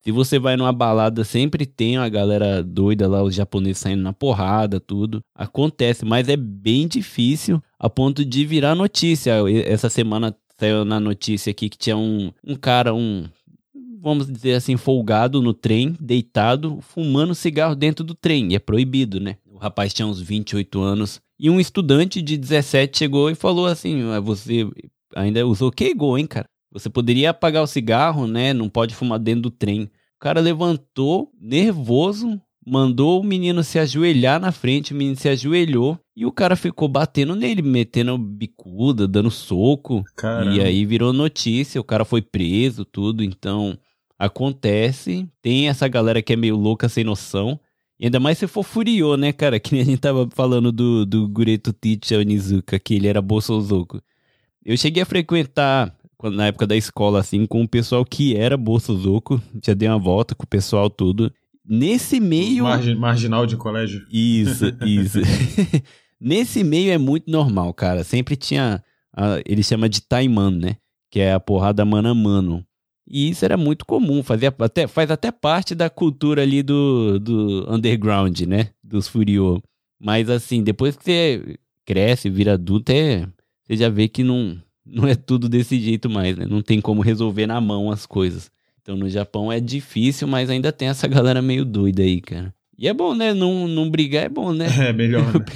Se você vai numa balada, sempre tem a galera doida lá, os japoneses saindo na porrada, tudo. Acontece, mas é bem difícil a ponto de virar notícia. Essa semana saiu na notícia aqui que tinha um, um cara, um, vamos dizer assim, folgado no trem, deitado, fumando cigarro dentro do trem. E é proibido, né? O rapaz tinha uns vinte e oito anos. E um estudante de dezessete chegou e falou assim, você ainda usou Keigo, hein, cara? Você poderia apagar o cigarro, né? Não pode fumar dentro do trem. O cara levantou, nervoso, mandou o menino se ajoelhar na frente, o menino se ajoelhou e o cara ficou batendo nele, metendo bicuda, dando soco. Caramba. E aí virou notícia, o cara foi preso, tudo. Então, acontece. Tem essa galera que é meio louca, sem noção. E ainda mais se for Furiô, né, cara? Que nem a gente tava falando do, do Gureto Teacher Onizuka, que ele era Bosozoku. Eu cheguei a frequentar... na época da escola, assim, com o pessoal que era Bosozoku, já dei uma volta com o pessoal tudo. Nesse meio... Margin, marginal de colégio. Isso, isso. Nesse meio é muito normal, cara. Sempre tinha... A, ele chama de Taiman, né? Que é a porrada mano a mano. E isso era muito comum. Fazia até, faz até parte da cultura ali do, do underground, né? Dos Furiô. Mas, assim, depois que você cresce, vira adulto, é, você já vê que não... Não é tudo desse jeito mais, né? Não tem como resolver na mão as coisas. Então no Japão é difícil, mas ainda tem essa galera meio doida aí, cara. E é bom, né? Não, não brigar é bom, né? É, melhor, né?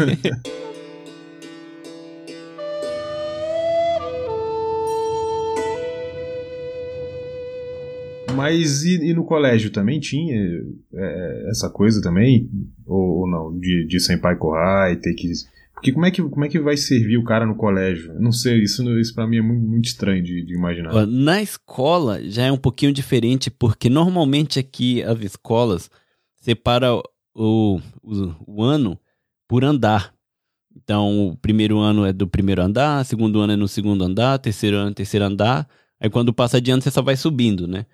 Mas e, e no colégio também tinha é, essa coisa também? Ou, ou não? De, de senpai kohai, ter que... Porque como é, que, como é que vai servir o cara no colégio? Eu não sei, isso, isso pra mim é muito, muito estranho de, de imaginar. Na escola já é um pouquinho diferente, porque normalmente aqui as escolas separam o, o, o ano por andar. Então o primeiro ano é do primeiro andar, segundo ano é no segundo andar, terceiro ano é no terceiro andar. Aí quando passa de ano você só vai subindo, né?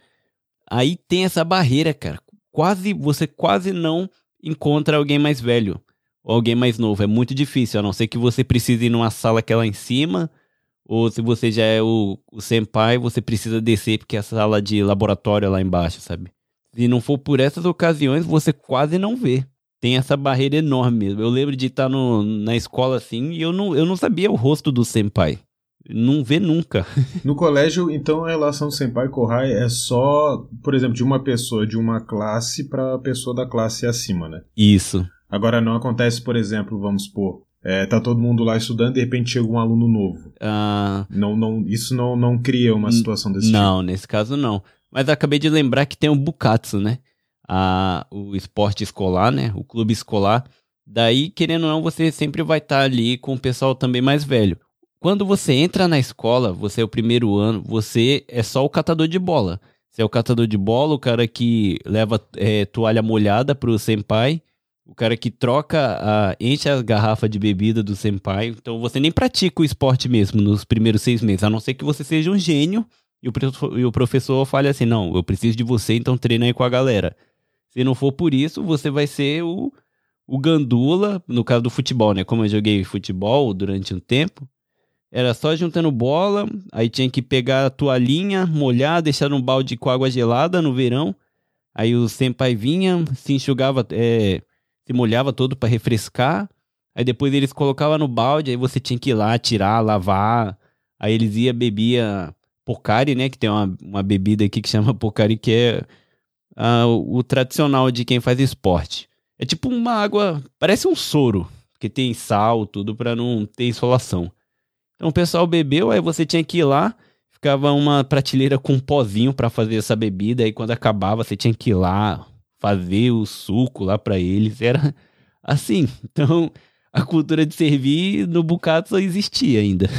Aí tem essa barreira, cara. Quase, você quase não encontra alguém mais velho. Ou alguém mais novo, é muito difícil, a não ser que você precise ir numa sala que é lá em cima, ou se você já é o, o senpai, você precisa descer porque é a sala de laboratório é lá embaixo, sabe? Se não for por essas ocasiões, você quase não vê. Tem essa barreira enorme. Eu lembro de estar no, na escola assim e eu não, eu não sabia o rosto do senpai. Não vê nunca. No colégio, então, a relação senpai-kohai é só, por exemplo, de uma pessoa de uma classe para pessoa da classe acima, né? Isso. Agora, não acontece, por exemplo, vamos supor, é, tá todo mundo lá estudando e de repente chega um aluno novo. Ah, não, não, isso não, não cria uma situação desse não, tipo? Não, nesse caso não. Mas acabei de lembrar que tem o Bukatsu, né? Ah, o esporte escolar, né? O clube escolar. Daí, querendo ou não, você sempre vai estar ali com o pessoal também mais velho. Quando você entra na escola, você é o primeiro ano, você é só o catador de bola. Você é o catador de bola, o cara que leva é, toalha molhada pro senpai, o cara que troca, a, enche a garrafa de bebida do senpai. Então você nem pratica o esporte mesmo nos primeiros seis meses, a não ser que você seja um gênio e o, e o professor fale assim, não, eu preciso de você, então treina aí com a galera. Se não for por isso, você vai ser o, o gandula, no caso do futebol, né? Como eu joguei futebol durante um tempo, era só juntando bola, aí tinha que pegar a toalhinha, molhar, deixar num balde com água gelada no verão. Aí o senpai vinha, se enxugava, é, se molhava todo para refrescar. Aí depois eles colocavam no balde, aí você tinha que ir lá, tirar, lavar. Aí eles iam, bebia Pocari, né? Que tem uma, uma bebida aqui que chama Pocari, que é uh, o, o tradicional de quem faz esporte. É tipo uma água, parece um soro, que tem sal, tudo para não ter insolação. Então o pessoal bebeu, aí você tinha que ir lá, ficava uma prateleira com um pozinho pra fazer essa bebida, aí quando acabava você tinha que ir lá fazer o suco lá pra eles, era assim. Então a cultura de servir no Bukatsu só existia ainda.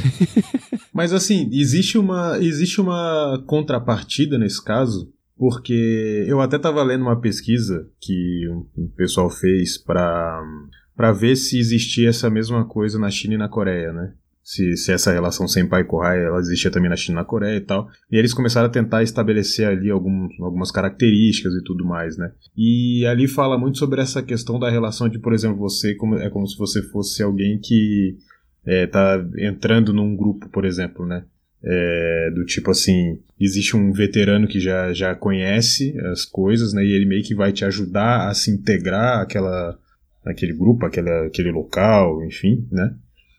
Mas assim, existe uma, existe uma contrapartida nesse caso, porque eu até tava lendo uma pesquisa que o pessoal fez pra, pra ver se existia essa mesma coisa na China e na Coreia, né? Se, se essa relação senpai-kohai ela existia também na China e na Coreia e tal. E eles começaram a tentar estabelecer ali algum, algumas características e tudo mais, né? E ali fala muito sobre essa questão da relação de, por exemplo, você como, é como se você fosse alguém que é, tá entrando num grupo, por exemplo, né? É, do tipo assim, existe um veterano que já, já conhece as coisas, né, e ele meio que vai te ajudar a se integrar àquela, àquele grupo, àquele, àquele local, enfim, né?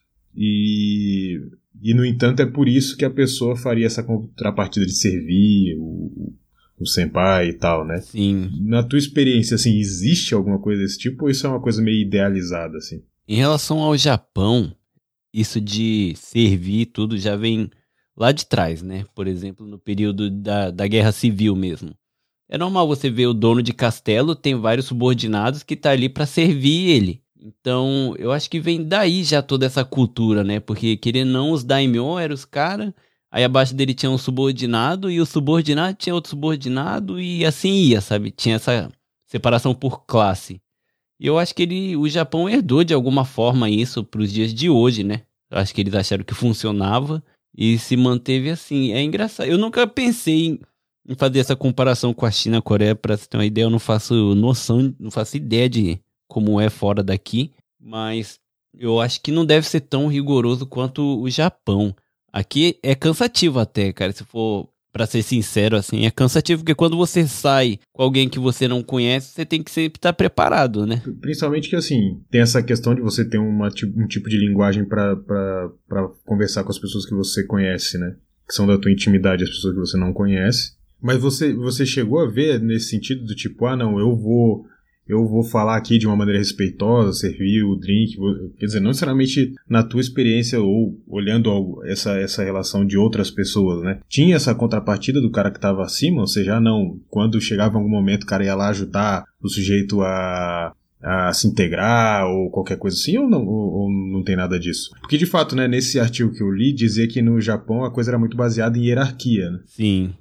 E, e, no entanto, é por isso que a pessoa faria essa contrapartida de servir o, o senpai e tal, né? Sim. Na tua experiência, assim, existe alguma coisa desse tipo ou isso é uma coisa meio idealizada, assim? Em relação ao Japão, isso de servir tudo já vem lá de trás, né? Por exemplo, no período da, da Guerra Civil mesmo. É normal você ver o dono de castelo, tem vários subordinados que tá ali para servir ele. Então, eu acho que vem daí já toda essa cultura, né? Porque, querendo ou não, os daimyo eram os caras, aí abaixo dele tinha um subordinado, e o subordinado tinha outro subordinado, e assim ia, sabe? Tinha essa separação por classe. E eu acho que ele, o Japão herdou de alguma forma isso pros dias de hoje, né? Eu acho que eles acharam que funcionava e se manteve assim. É engraçado. Eu nunca pensei em, em fazer essa comparação com a China e a Coreia, pra você ter uma ideia. Eu não faço noção, não faço ideia de como é fora daqui, mas eu acho que não deve ser tão rigoroso quanto o Japão. Aqui é cansativo até, cara, se for pra ser sincero, assim, é cansativo, porque quando você sai com alguém que você não conhece, você tem que sempre estar preparado, né? Principalmente que, assim, tem essa questão de você ter uma, um tipo de linguagem pra, pra, pra conversar com as pessoas que você conhece, né? Que são da tua intimidade, as pessoas que você não conhece. Mas você, você chegou a ver nesse sentido do tipo, ah, não, eu vou... eu vou falar aqui de uma maneira respeitosa, servir o drink, vou, quer dizer, não necessariamente na tua experiência ou olhando essa, essa relação de outras pessoas, né? Tinha essa contrapartida do cara que estava acima, ou seja, ah, não, quando chegava algum momento o cara ia lá ajudar o sujeito a, a se integrar ou qualquer coisa assim, ou não, ou, ou não tem nada disso? Porque de fato, né, nesse artigo que eu li, dizia que no Japão a coisa era muito baseada em hierarquia, né? Sim.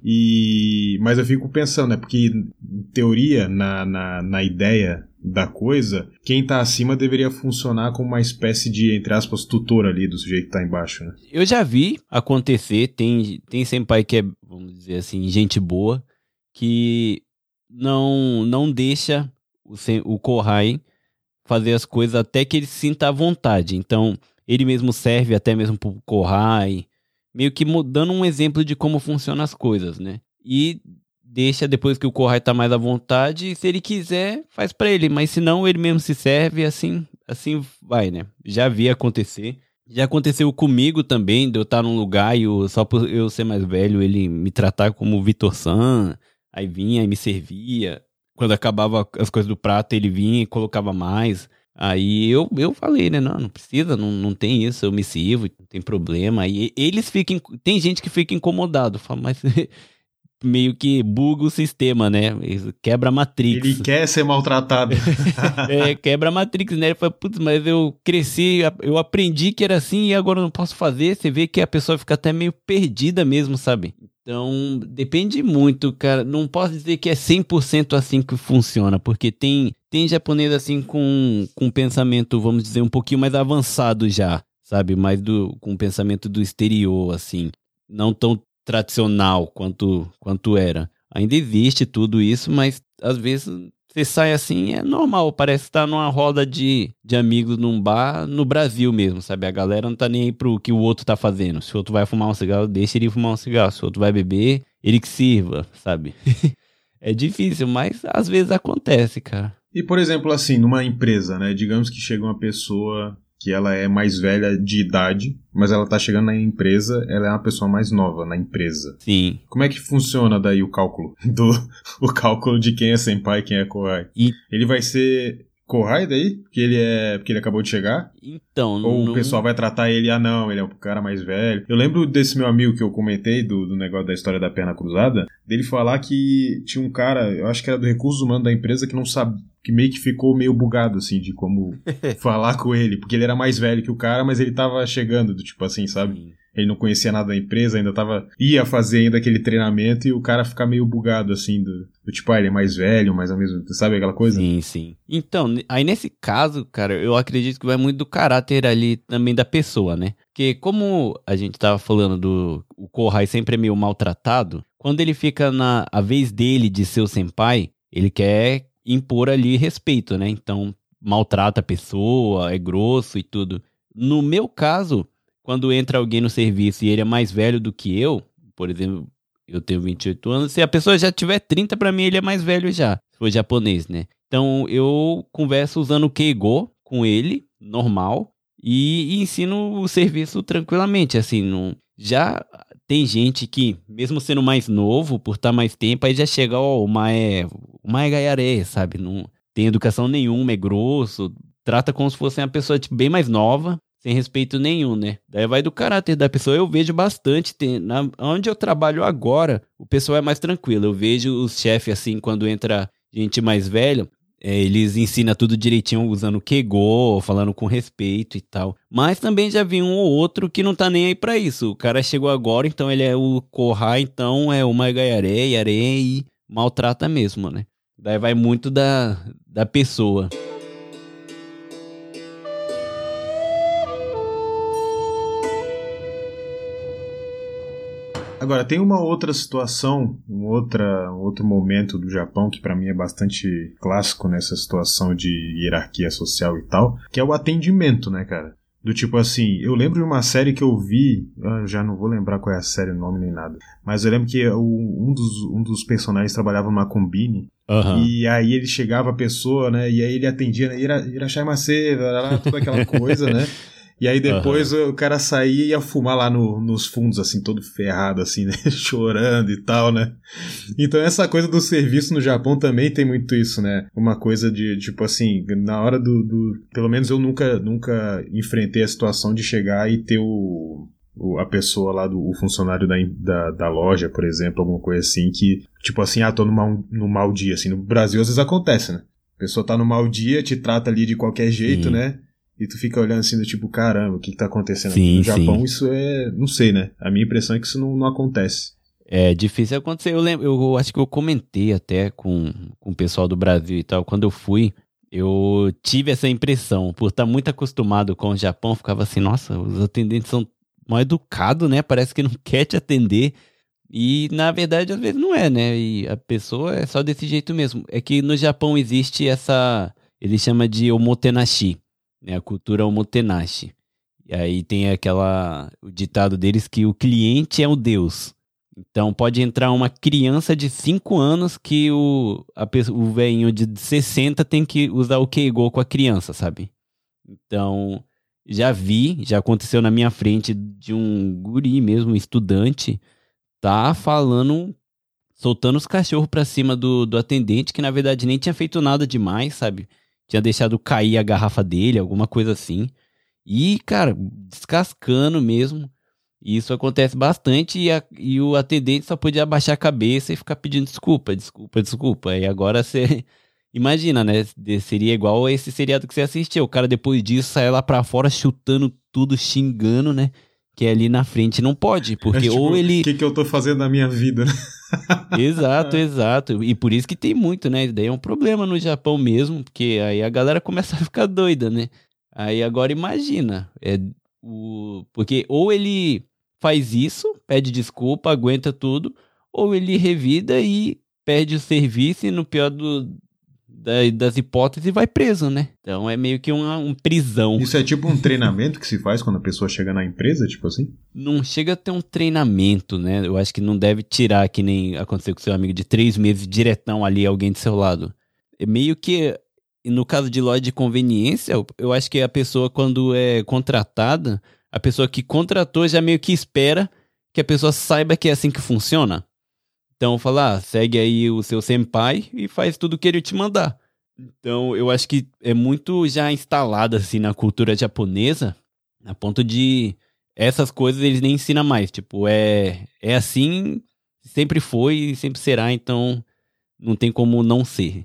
E, mas eu fico pensando, né, porque em teoria, na, na, na ideia da coisa, quem tá acima deveria funcionar como uma espécie de, entre aspas, tutor ali do sujeito que tá embaixo, né? Eu já vi acontecer, tem, tem senpai que é, vamos dizer assim, gente boa, que não, não deixa o, o Kohai fazer as coisas até que ele se sinta à vontade. Então, ele mesmo serve até mesmo pro Kohai, meio que dando um exemplo de como funcionam as coisas, né? E deixa depois que o Kohai tá mais à vontade, e se ele quiser, faz pra ele, mas se não, ele mesmo se serve, assim, assim vai, né? Já vi acontecer. Já aconteceu comigo também, de eu estar num lugar e eu, só por eu ser mais velho, ele me tratar como Vitor San, aí vinha e me servia. Quando acabava as coisas do prato, ele vinha e colocava mais. Aí eu, eu falei, né, não, não precisa, não, não tem isso, eu me sirvo, não tem problema. Aí eles ficam, tem gente que fica incomodado, fala, mas meio que buga o sistema, né, quebra a Matrix. Ele quer ser maltratado. É, quebra a Matrix, né, ele fala, putz, mas eu cresci, eu aprendi que era assim e agora eu não posso fazer. Você vê que a pessoa fica até meio perdida mesmo, sabe? Então, depende muito, cara. Não posso dizer que é cem por cento assim que funciona, porque tem, tem japonês assim com, com pensamento, vamos dizer, um pouquinho mais avançado já, sabe? Mais do, com pensamento do exterior, assim. Não tão tradicional quanto, quanto era. Ainda existe tudo isso, mas às vezes você sai assim, é normal. Parece estar numa roda de, de amigos num bar no Brasil mesmo, sabe? A galera não tá nem aí pro que o outro tá fazendo. Se o outro vai fumar um cigarro, deixa ele fumar um cigarro. Se o outro vai beber, ele que sirva, sabe? É difícil, mas às vezes acontece, cara. E, por exemplo, assim, numa empresa, né? Digamos que chega uma pessoa que ela é mais velha de idade, mas ela tá chegando na empresa, ela é uma pessoa mais nova na empresa. Sim. Como é que funciona daí o cálculo? Do, o cálculo de quem é senpai e quem é kohai? E... Ele vai ser kohai daí? Porque ele, é, porque ele acabou de chegar? Então... Ou não... o pessoal vai tratar ele, ah não, ele é um cara mais velho. Eu lembro desse meu amigo que eu comentei, do, do negócio da história da perna cruzada, dele falar que tinha um cara, eu acho que era do recursos humanos da empresa, que não sabe, que meio que ficou meio bugado, assim, de como falar com ele, porque ele era mais velho que o cara, mas ele tava chegando, do tipo assim, sabe? Sim. Ele não conhecia nada da empresa, ainda tava, ia fazer ainda aquele treinamento e o cara fica meio bugado, assim, do, do tipo, ah, ele é mais velho, mas ao mesmo tempo, sabe aquela coisa? Sim, sim. Então, aí nesse caso, cara, eu acredito que vai muito do caráter ali também da pessoa, né? Porque como a gente tava falando do, o Kohai sempre é meio maltratado, quando ele fica na a vez dele de ser o senpai, ele quer impor ali respeito, né? Então, maltrata a pessoa, é grosso e tudo. No meu caso, quando entra alguém no serviço e ele é mais velho do que eu, por exemplo, eu tenho vinte e oito anos, se a pessoa já tiver trinta, pra mim ele é mais velho já, se for japonês, né? Então eu converso usando o Keigo com ele, normal, e, e ensino o serviço tranquilamente, assim, não... Já tem gente que, mesmo sendo mais novo, por estar mais tempo, aí já chega, ó, oh, o Mae, o Mae Gaiare, sabe? Não tem educação nenhuma, é grosso, trata como se fosse uma pessoa tipo, bem mais nova, sem respeito nenhum, né? Daí vai do caráter da pessoa. Eu vejo bastante, tem, na, onde eu trabalho agora, o pessoal é mais tranquilo. Eu vejo os chefes, assim, quando entra gente mais velha, é, eles ensinam tudo direitinho usando Keigo, falando com respeito e tal. Mas também já vi um ou outro que não tá nem aí pra isso. O cara chegou agora, então ele é o Kohai, então é o Maigayare, Yare e maltrata mesmo, né? Daí vai muito da, da pessoa. Agora, tem uma outra situação, um, outra, um outro momento do Japão que pra mim é bastante clássico nessa situação de hierarquia social e tal, que é o atendimento, né, cara? Do tipo assim, eu lembro de uma série que eu vi, eu já não vou lembrar qual é a série, o nome nem nada, mas eu lembro que o, um, dos, um dos personagens trabalhava numa combine, uhum. E aí ele chegava a pessoa, né, e aí ele atendia, ira, irachai-masu, toda aquela coisa, né? E aí depois uhum. o cara saía e ia fumar lá no, nos fundos, assim, todo ferrado, assim, né? Chorando e tal, né? Então essa coisa do serviço no Japão também tem muito isso, né? Uma coisa de, tipo assim, na hora do... do pelo menos eu nunca, nunca enfrentei a situação de chegar e ter o... o a pessoa lá, do, o funcionário da, da, da loja, por exemplo, alguma coisa assim, que, tipo assim, ah, tô no mau, no mau dia, assim. No Brasil às vezes acontece, né? A pessoa tá no mau dia, te trata ali de qualquer jeito, Sim. né? E tu fica olhando assim do tipo, caramba, o que que tá acontecendo sim, aqui? No Japão sim. Isso é... Não sei, né? A minha impressão é que isso não, não acontece. É difícil acontecer. Eu lembro, eu acho que eu comentei até com, com o pessoal do Brasil e tal. Quando eu fui, eu tive essa impressão. Por estar muito acostumado com o Japão, eu ficava assim, nossa, os atendentes são mal educados, né? Parece que não quer te atender. E, na verdade, às vezes não é, né? E a pessoa é só desse jeito mesmo. É que no Japão existe essa... Ele chama de omotenashi. Né, a cultura omotenashi. E aí tem aquela... O ditado deles que o cliente é o Deus. Então pode entrar uma criança de cinco anos que o, a, o velhinho de sessenta tem que usar o Keigo com a criança, sabe? Então, já vi, já aconteceu na minha frente de um guri mesmo, um estudante, tá falando, soltando os cachorros pra cima do, do atendente, que na verdade nem tinha feito nada demais, sabe? Tinha deixado cair a garrafa dele, alguma coisa assim. E, cara, descascando mesmo. E isso acontece bastante e, a, e o atendente só podia abaixar a cabeça e ficar pedindo desculpa, desculpa, desculpa. E agora você... Imagina, né? Seria igual esse seriado que você assistiu. O cara depois disso sai lá pra fora chutando tudo, xingando, né? Que ali na frente não pode, porque é, tipo, ou ele... O que que eu tô fazendo na minha vida, né? Exato, exato. E por isso que tem muito, né? Isso daí é um problema no Japão mesmo, porque aí a galera começa a ficar doida, né? Aí agora imagina, é o... porque ou ele faz isso, pede desculpa, aguenta tudo, ou ele revida e perde o serviço e no pior do... das hipóteses vai preso, né? Então é meio que uma, uma prisão. Isso é tipo um treinamento que se faz quando a pessoa chega na empresa, tipo assim? Não chega a ter um treinamento, né? Eu acho que não deve tirar, que nem aconteceu com seu amigo, de três meses diretão ali, alguém do seu lado. É meio que, no caso de loja de conveniência, eu acho que a pessoa, quando é contratada, a pessoa que contratou já meio que espera que a pessoa saiba que é assim que funciona. Então, falar, ah, segue aí o seu senpai e faz tudo o que ele te mandar. Então, eu acho que é muito já instalado, assim, na cultura japonesa, a ponto de essas coisas eles nem ensinam mais. Tipo, é, é assim, sempre foi e sempre será, então não tem como não ser.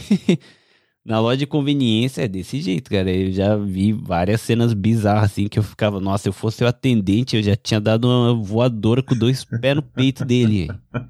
Na loja de conveniência é desse jeito, cara. Eu já vi várias cenas bizarras, assim, que eu ficava, nossa, se eu fosse o atendente, eu já tinha dado uma voadora com dois pés no peito dele.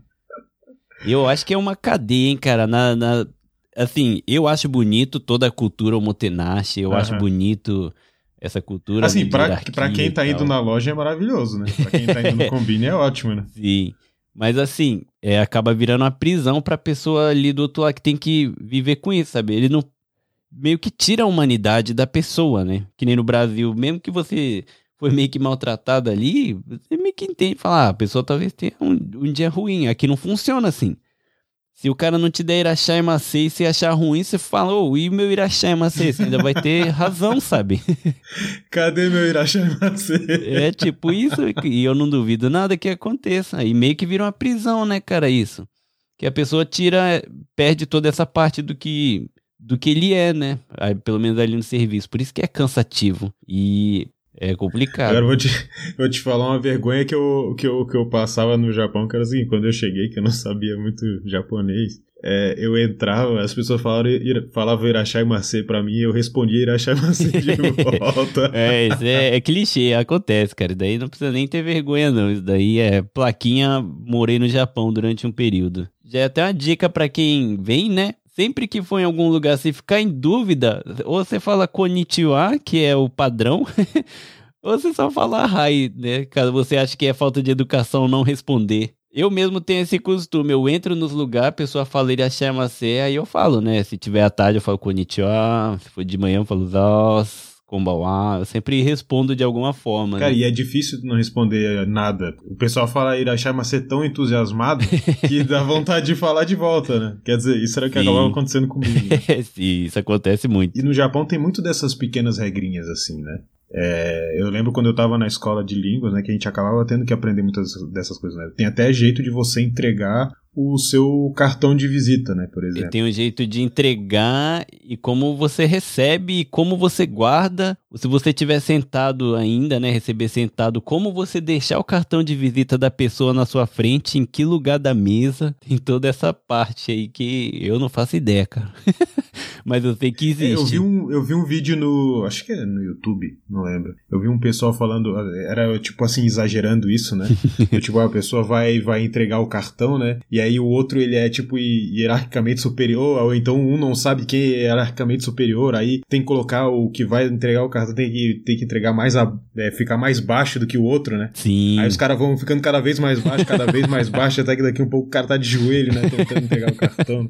Eu acho que é uma cadeia, hein, cara. Na, na, assim, eu acho bonito toda a cultura omotenashi. Eu uhum. acho bonito essa cultura. Assim, pra, pra quem tá indo na loja é maravilhoso, né? Pra quem tá indo no combine é ótimo, né? Sim. Mas assim, é, acaba virando uma prisão pra pessoa ali do outro lado que tem que viver com isso, sabe? Ele não... Meio que tira a humanidade da pessoa, né? Que nem no Brasil. Mesmo que você foi meio que maltratado ali, você meio que entende, fala, ah, a pessoa talvez tenha um, um dia ruim. Aqui não funciona assim. Se o cara não te der Irachá e Macê e você achar ruim, você fala, ô, e o meu Irachá e Macê? Você ainda vai ter razão, sabe? Cadê meu Irachá e Macê? É tipo isso, e eu não duvido nada que aconteça. E meio que vira uma prisão, né, cara, isso. Que a pessoa tira, perde toda essa parte do que, do que ele é, né? Aí, pelo menos ali no serviço. Por isso que é cansativo. E... é complicado. Agora eu vou te, vou te falar uma vergonha que eu, que, eu, que eu passava no Japão, que era assim, quando eu cheguei, que eu não sabia muito japonês, é, eu entrava, as pessoas falavam, falavam Irachá e Macê pra mim, e eu respondia Irachá e Macê de volta. É, isso é, é clichê, acontece, cara. Daí não precisa nem ter vergonha, não. Isso daí é plaquinha, morei no Japão durante um período. Já é até uma dica pra quem vem, né? Sempre que for em algum lugar, se ficar em dúvida, ou você fala konnichiwa, que é o padrão, ou você só fala hi, né? Caso você ache que é falta de educação não responder. Eu mesmo tenho esse costume, eu entro nos lugares, a pessoa fala irachai macê, aí eu falo, né? Se tiver à tarde eu falo konnichiwa, se for de manhã eu falo zos, konbanwa, eu sempre respondo de alguma forma. Cara, né? e é difícil não responder nada. O pessoal fala irachai macê tão entusiasmado que dá vontade de falar de volta, né? Quer dizer, isso era o que Sim. acabava acontecendo comigo. Né? Sim, isso acontece muito. E no Japão tem muito dessas pequenas regrinhas assim, né? É, eu lembro quando eu tava na escola de línguas, né, que a gente acabava tendo que aprender muitas dessas coisas, né? Tem até jeito de você entregar o seu cartão de visita, né, por exemplo. E tem um jeito de entregar e como você recebe e como você guarda. Se você estiver sentado ainda, né, receber sentado, como você deixar o cartão de visita da pessoa na sua frente, em que lugar da mesa. Tem toda essa parte aí que eu não faço ideia, cara. Mas eu sei que existe. É, eu, vi um, eu vi um vídeo no... acho que é no YouTube, não lembro. Eu vi um pessoal falando... Era tipo assim, exagerando isso, né? Eu, tipo, a pessoa vai, vai entregar o cartão, né? E aí o outro, ele é tipo hierarquicamente superior, ou então um não sabe quem é hierarquicamente superior, aí tem que colocar o que vai entregar o cartão, tem que, tem que entregar mais... A, é, ficar mais baixo do que o outro, né? Sim. Aí os caras vão ficando cada vez mais baixo, cada vez mais baixo, até que daqui um pouco o cara tá de joelho, né? Tentando entregar o cartão.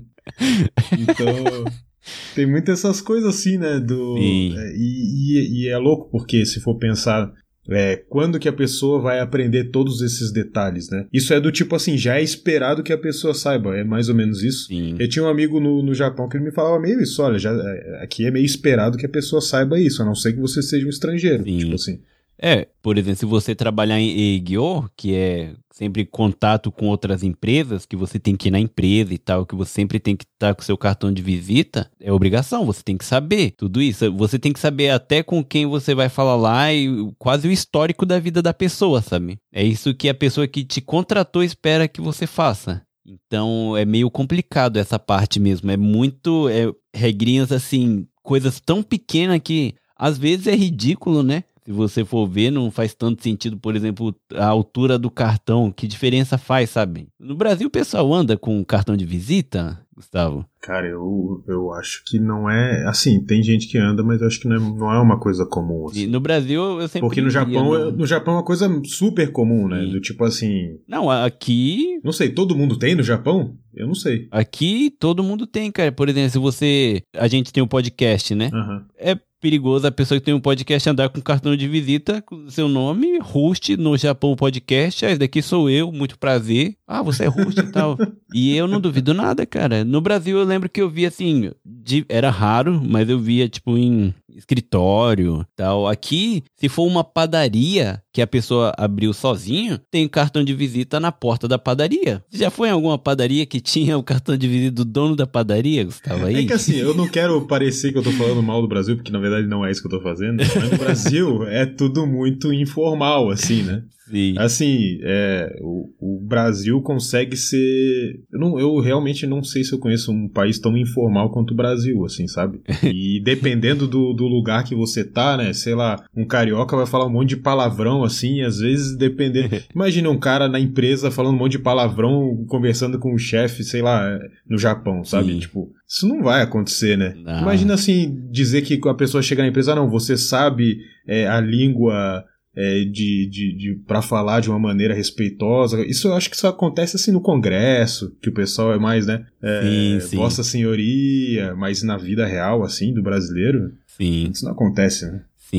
Então... tem muitas essas coisas assim, né? Do, é, e, e, e é louco porque se for pensar é, quando que a pessoa vai aprender todos esses detalhes, né? Isso é do tipo assim, já é esperado que a pessoa saiba, é mais ou menos isso. Sim. Eu tinha um amigo no, no Japão que ele me falava meio isso, olha, já, é, aqui é meio esperado que a pessoa saiba isso, a não ser que você seja um estrangeiro, Sim. tipo assim. É, por exemplo, se você trabalhar em Eigyo, que é sempre contato com outras empresas, que você tem que ir na empresa e tal, que você sempre tem que estar com seu cartão de visita, é obrigação, você tem que saber tudo isso. Você tem que saber até com quem você vai falar lá e quase o histórico da vida da pessoa, sabe? É isso que a pessoa que te contratou espera que você faça. Então é meio complicado essa parte mesmo, é muito, é, regrinhas assim, coisas tão pequenas que às vezes é ridículo, né? Se você for ver, não faz tanto sentido, por exemplo, a altura do cartão. Que diferença faz, sabe? No Brasil, o pessoal anda com cartão de visita, Gustavo? Cara, eu, eu acho que não é... Assim, tem gente que anda, mas eu acho que não é, não é uma coisa comum. Assim. E no Brasil, eu sempre... Porque no Japão, via, no Japão é uma coisa super comum, né? Sim. Do tipo assim... Não, aqui... Não sei, todo mundo tem no Japão? Eu não sei. Aqui, todo mundo tem, cara. Por exemplo, se você... A gente tem um podcast, né? Uhum. É perigoso a pessoa que tem um podcast andar com cartão de visita, com seu nome, host no Japão Podcast. Ah, esse daqui sou eu, muito prazer. Ah, você é host e tal. E eu não duvido nada, cara. No Brasil, eu lembro que eu via assim... De, era raro, mas eu via, tipo, em escritório tal. Aqui, se for uma padaria que a pessoa abriu sozinho, tem cartão de visita na porta da padaria. Você já foi em alguma padaria que tinha o cartão de visita do dono da padaria, Gustavo? Aí? É que assim, eu não quero parecer que eu tô falando mal do Brasil, porque na verdade não é isso que eu tô fazendo. Mas no Brasil é tudo muito informal, assim, né? Sim. Assim, é, o, o Brasil consegue ser... Eu, não, eu realmente não sei se eu conheço um país tão informal quanto o Brasil, assim, sabe? E dependendo do, do lugar que você tá, né? Sei lá, um carioca vai falar um monte de palavrão, assim, às vezes dependendo... Imagina um cara na empresa falando um monte de palavrão, conversando com o chefe, sei lá, no Japão, sabe? Sim. Tipo, isso não vai acontecer, né? Não. Imagina, assim, dizer que a pessoa chega na empresa, ah, não, você sabe é, a língua... É, de, de, de, pra falar de uma maneira respeitosa. Isso eu acho que só acontece assim no Congresso, que o pessoal é mais, né? É, sim, sim. Vossa Senhoria, mas na vida real, assim, do brasileiro, sim. isso não acontece, né? Sim.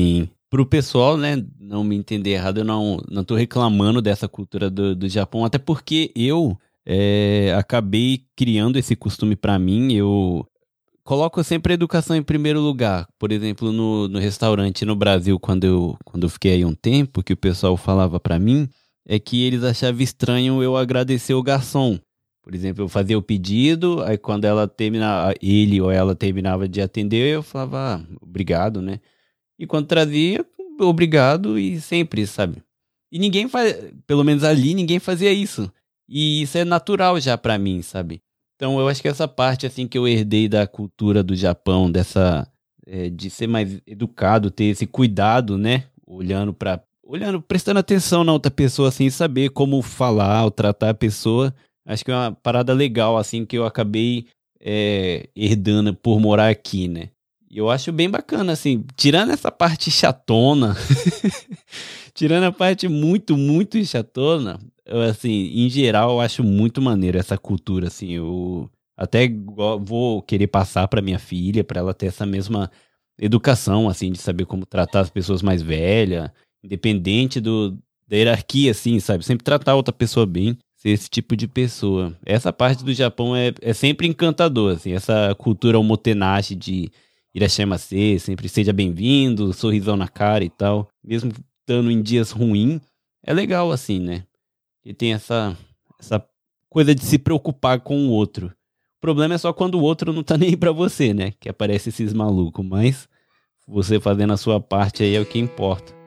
pro pessoal, né, não me entender errado, eu não, não tô reclamando dessa cultura do, do Japão, até porque eu é, acabei criando esse costume pra mim, eu coloco sempre a educação em primeiro lugar. Por exemplo, no, no restaurante no Brasil, quando eu, quando eu fiquei aí um tempo, que o pessoal falava pra mim, é que eles achavam estranho eu agradecer o garçom. Por exemplo, eu fazia o pedido, aí quando ela terminava, ele ou ela terminava de atender, eu falava, ah, obrigado, né? E quando trazia, obrigado e sempre, sabe? E ninguém faz, pelo menos ali, ninguém fazia isso. E isso é natural já pra mim, sabe? Então eu acho que essa parte, assim, que eu herdei da cultura do Japão, dessa, é, de ser mais educado, ter esse cuidado, né? Olhando pra, olhando, prestando atenção na outra pessoa, assim, saber como falar ou tratar a pessoa. Acho que é uma parada legal, assim, que eu acabei é, herdando por morar aqui, né? E eu acho bem bacana, assim, tirando essa parte chatona, tirando a parte muito, muito chatona, eu, assim, em geral, eu acho muito maneiro essa cultura, assim, eu até go- vou querer passar pra minha filha, pra ela ter essa mesma educação, assim, de saber como tratar as pessoas mais velhas, independente do, da hierarquia, assim, sabe? Sempre tratar a outra pessoa bem. Ser esse tipo de pessoa. Essa parte do Japão é, é sempre encantador, assim, essa cultura omotenashi de irashimasu, sempre seja bem-vindo, sorrisão na cara e tal, mesmo estando em dias ruins, é legal assim, né? E tem essa, essa coisa de se preocupar com o outro. O problema é só quando o outro não tá nem aí pra você, né? Que aparece esses malucos, mas você fazendo a sua parte aí é o que importa.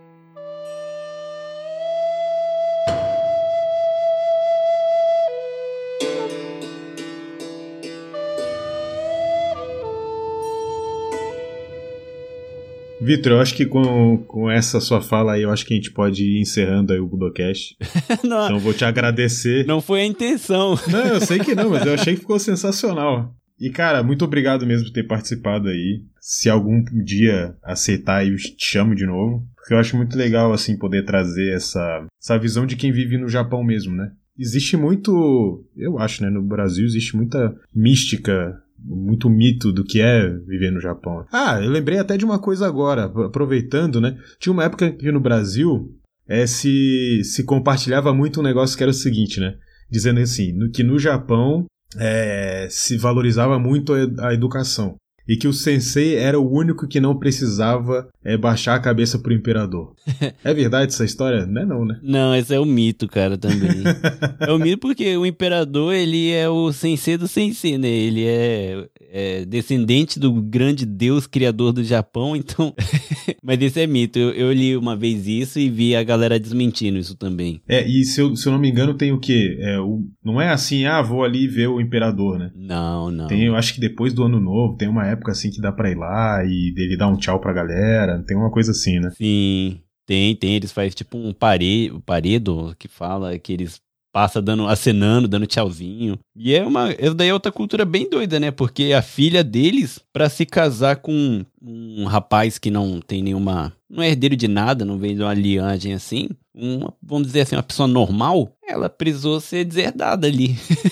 Vitor, eu acho que com, com essa sua fala aí, eu acho que a gente pode ir encerrando aí o Budocast. não, Então eu vou te agradecer. não foi a intenção. Não, eu sei que não, mas eu achei que ficou sensacional. E, cara, muito obrigado mesmo por ter participado aí. Se algum dia aceitar, eu te chamo de novo. Porque eu acho muito legal, assim, poder trazer essa, essa visão de quem vive no Japão mesmo, né? Existe muito, eu acho, né, no Brasil existe muita mística, muito mito do que é viver no Japão. Ah, eu lembrei até de uma coisa agora, aproveitando, né? Tinha uma época que no Brasil é, se, se compartilhava muito um negócio que era o seguinte, né? Dizendo assim, no, que no Japão é, se valorizava muito a, a educação. E que o sensei era o único que não precisava é, baixar a cabeça pro imperador. É verdade essa história? Não é não, né? Não, esse é o mito, cara, também. É o mito porque o imperador, ele é o sensei do sensei, né? Ele é, é descendente do grande deus criador do Japão, então... Mas esse é mito. Eu, eu li uma vez isso e vi a galera desmentindo isso também. É, e se eu, se eu não me engano tem o quê? É, o, não é assim, ah, vou ali ver o imperador, né? Não, não. Tem, eu acho que depois do ano novo tem uma época assim que dá pra ir lá e dele dar um tchau pra galera, tem uma coisa assim, né? Sim, tem, tem. Eles fazem tipo um pare, paredo que fala que eles passam dando, acenando, dando tchauzinho. E é uma, essa daí é outra cultura bem doida, né? Porque a filha deles, pra se casar com um rapaz que não tem nenhuma, não é herdeiro de nada, não vem de uma linhagem assim, uma, vamos dizer assim, uma pessoa normal, ela precisou ser deserdada ali.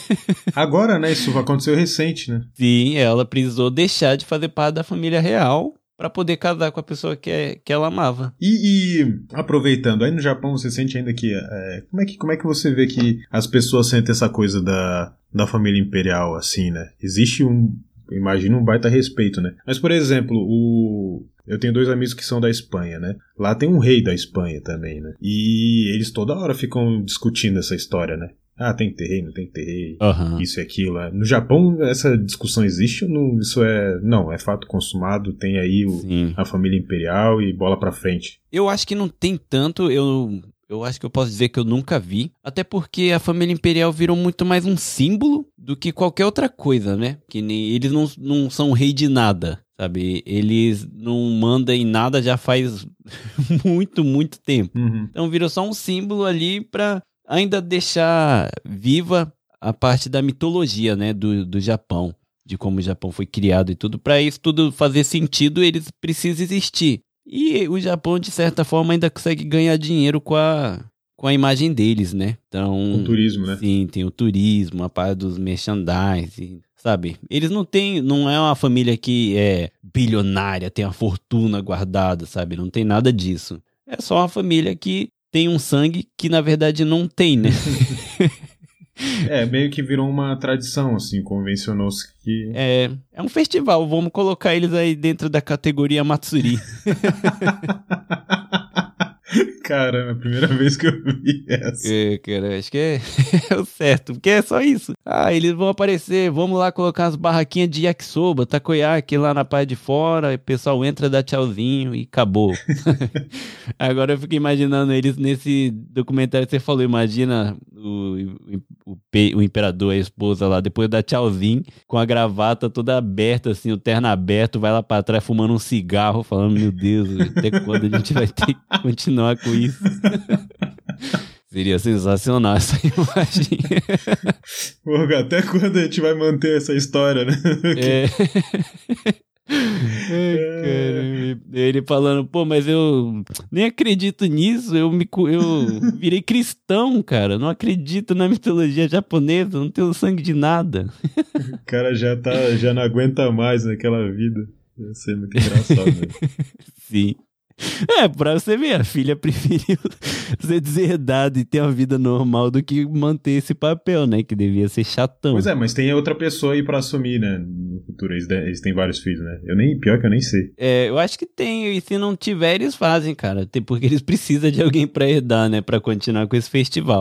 Agora, né? Isso aconteceu recente, né? Sim, ela precisou deixar de fazer parte da família real pra poder casar com a pessoa que, é, que ela amava. E, e aproveitando, aí no Japão você sente ainda que, é, como, é que... Como é que você vê que as pessoas sentem essa coisa da, da família imperial, assim, né? Existe um... Imagina um baita respeito, né? Mas, por exemplo, o... Eu tenho dois amigos que são da Espanha, né? Lá tem um rei da Espanha também, né? E eles toda hora ficam discutindo essa história, né? Ah, tem que ter rei, não tem que ter rei, Uhum. isso e aquilo. No Japão, essa discussão existe ou não? Isso é... Não, é fato consumado, tem aí o, a família imperial e bola pra frente. Eu acho que não tem tanto, eu, eu acho que eu posso dizer que eu nunca vi, até porque a família imperial virou muito mais um símbolo do que qualquer outra coisa, né? Que nem, eles não, não são rei de nada, sabe? Eles não mandam em nada já faz muito, muito tempo. Uhum. Então virou só um símbolo ali pra ainda deixar viva a parte da mitologia, né, do, do Japão, de como o Japão foi criado e tudo. Para isso tudo fazer sentido, eles precisam existir. E o Japão, de certa forma, ainda consegue ganhar dinheiro com a, com a imagem deles, né? Então, o turismo, né? Sim, tem o turismo, a parte dos merchandise, sabe? Eles não têm, não é uma família que é bilionária, tem a fortuna guardada, sabe? Não tem nada disso. É só uma família que tem um sangue que, na verdade, não tem, né? É, meio que virou uma tradição, assim, convencionou-se que... É, é um festival, vamos colocar eles aí dentro da categoria Matsuri. Cara, é a primeira vez que eu vi essa. É, cara, acho que é, é o certo, porque é só isso. Ah, eles vão aparecer, vamos lá colocar as barraquinhas de yakisoba, takoyaki lá na parte de fora, e o pessoal entra, dá tchauzinho e acabou. Agora eu fico imaginando eles nesse documentário que você falou, imagina o, o, o, o imperador, a esposa lá, depois dá tchauzinho, com a gravata toda aberta, assim, o terno aberto, vai lá pra trás fumando um cigarro, falando, meu Deus, até quando a gente vai ter que continuar com isso? Seria sensacional essa imagem. Pô, até quando a gente vai manter essa história, né? É. Ai, cara, ele falando, pô, mas eu nem acredito nisso, eu, me, eu virei cristão, cara, não acredito na mitologia japonesa, não tenho sangue de nada. O cara já, tá, já não aguenta mais naquela vida. Ia ser muito engraçado, né? Sim. É, pra você ver, a filha preferiu ser deserdada e ter uma vida normal do que manter esse papel, né? Que devia ser chatão. Pois é, mas tem outra pessoa aí pra assumir, né? No futuro, eles, eles têm vários filhos, né? Eu nem, pior que eu nem sei. É, eu acho que tem, e se não tiver, eles fazem, cara. Tem, porque eles precisam de alguém pra herdar, né? Pra continuar com esse festival.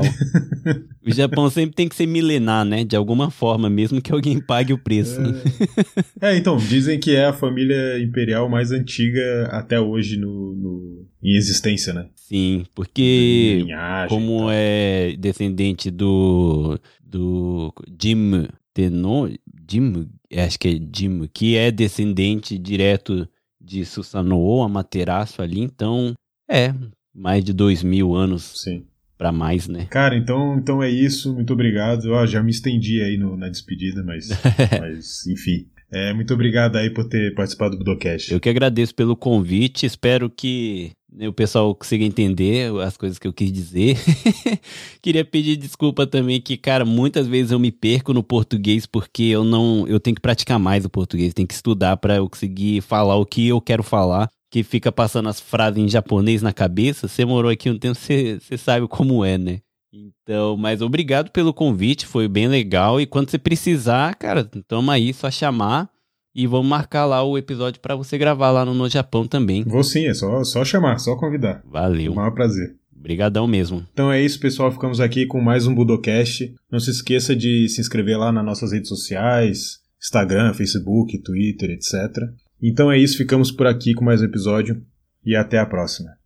O Japão sempre tem que ser milenar, né? De alguma forma, mesmo que alguém pague o preço. É, é então, dizem que é a família imperial mais antiga até hoje no... No, em existência, né? Sim, porque linhagem, como é descendente do do Jim Tenon, Jim, acho que é Jim, que é descendente direto de Susanoo, Amaterasu ali, então é mais de dois mil anos. Sim. Pra mais, né? Cara, então, então é isso, muito obrigado. Eu já me estendi aí no, na despedida, mas, mas enfim. É, muito obrigado aí por ter participado do Budocast. Eu que agradeço pelo convite, espero que o pessoal consiga entender as coisas que eu quis dizer. Queria pedir desculpa também que, cara, muitas vezes eu me perco no português porque eu não, eu tenho que praticar mais o português, tenho que estudar para eu conseguir falar o que eu quero falar, que fica passando as frases em japonês na cabeça. Você morou aqui um tempo, você, você sabe como é, né? Então, mas obrigado pelo convite, foi bem legal. E quando você precisar, cara, tamo aí, só chamar e vamos marcar lá o episódio pra você gravar lá no No Japão também. Vou sim, é só, só chamar, só convidar. Valeu. É um maior prazer. Obrigadão mesmo. Então é isso, pessoal, ficamos aqui com mais um Budocast. Não se esqueça de se inscrever lá nas nossas redes sociais, Instagram, Facebook, Twitter, etcétera. Então é isso, ficamos por aqui com mais um episódio e até a próxima.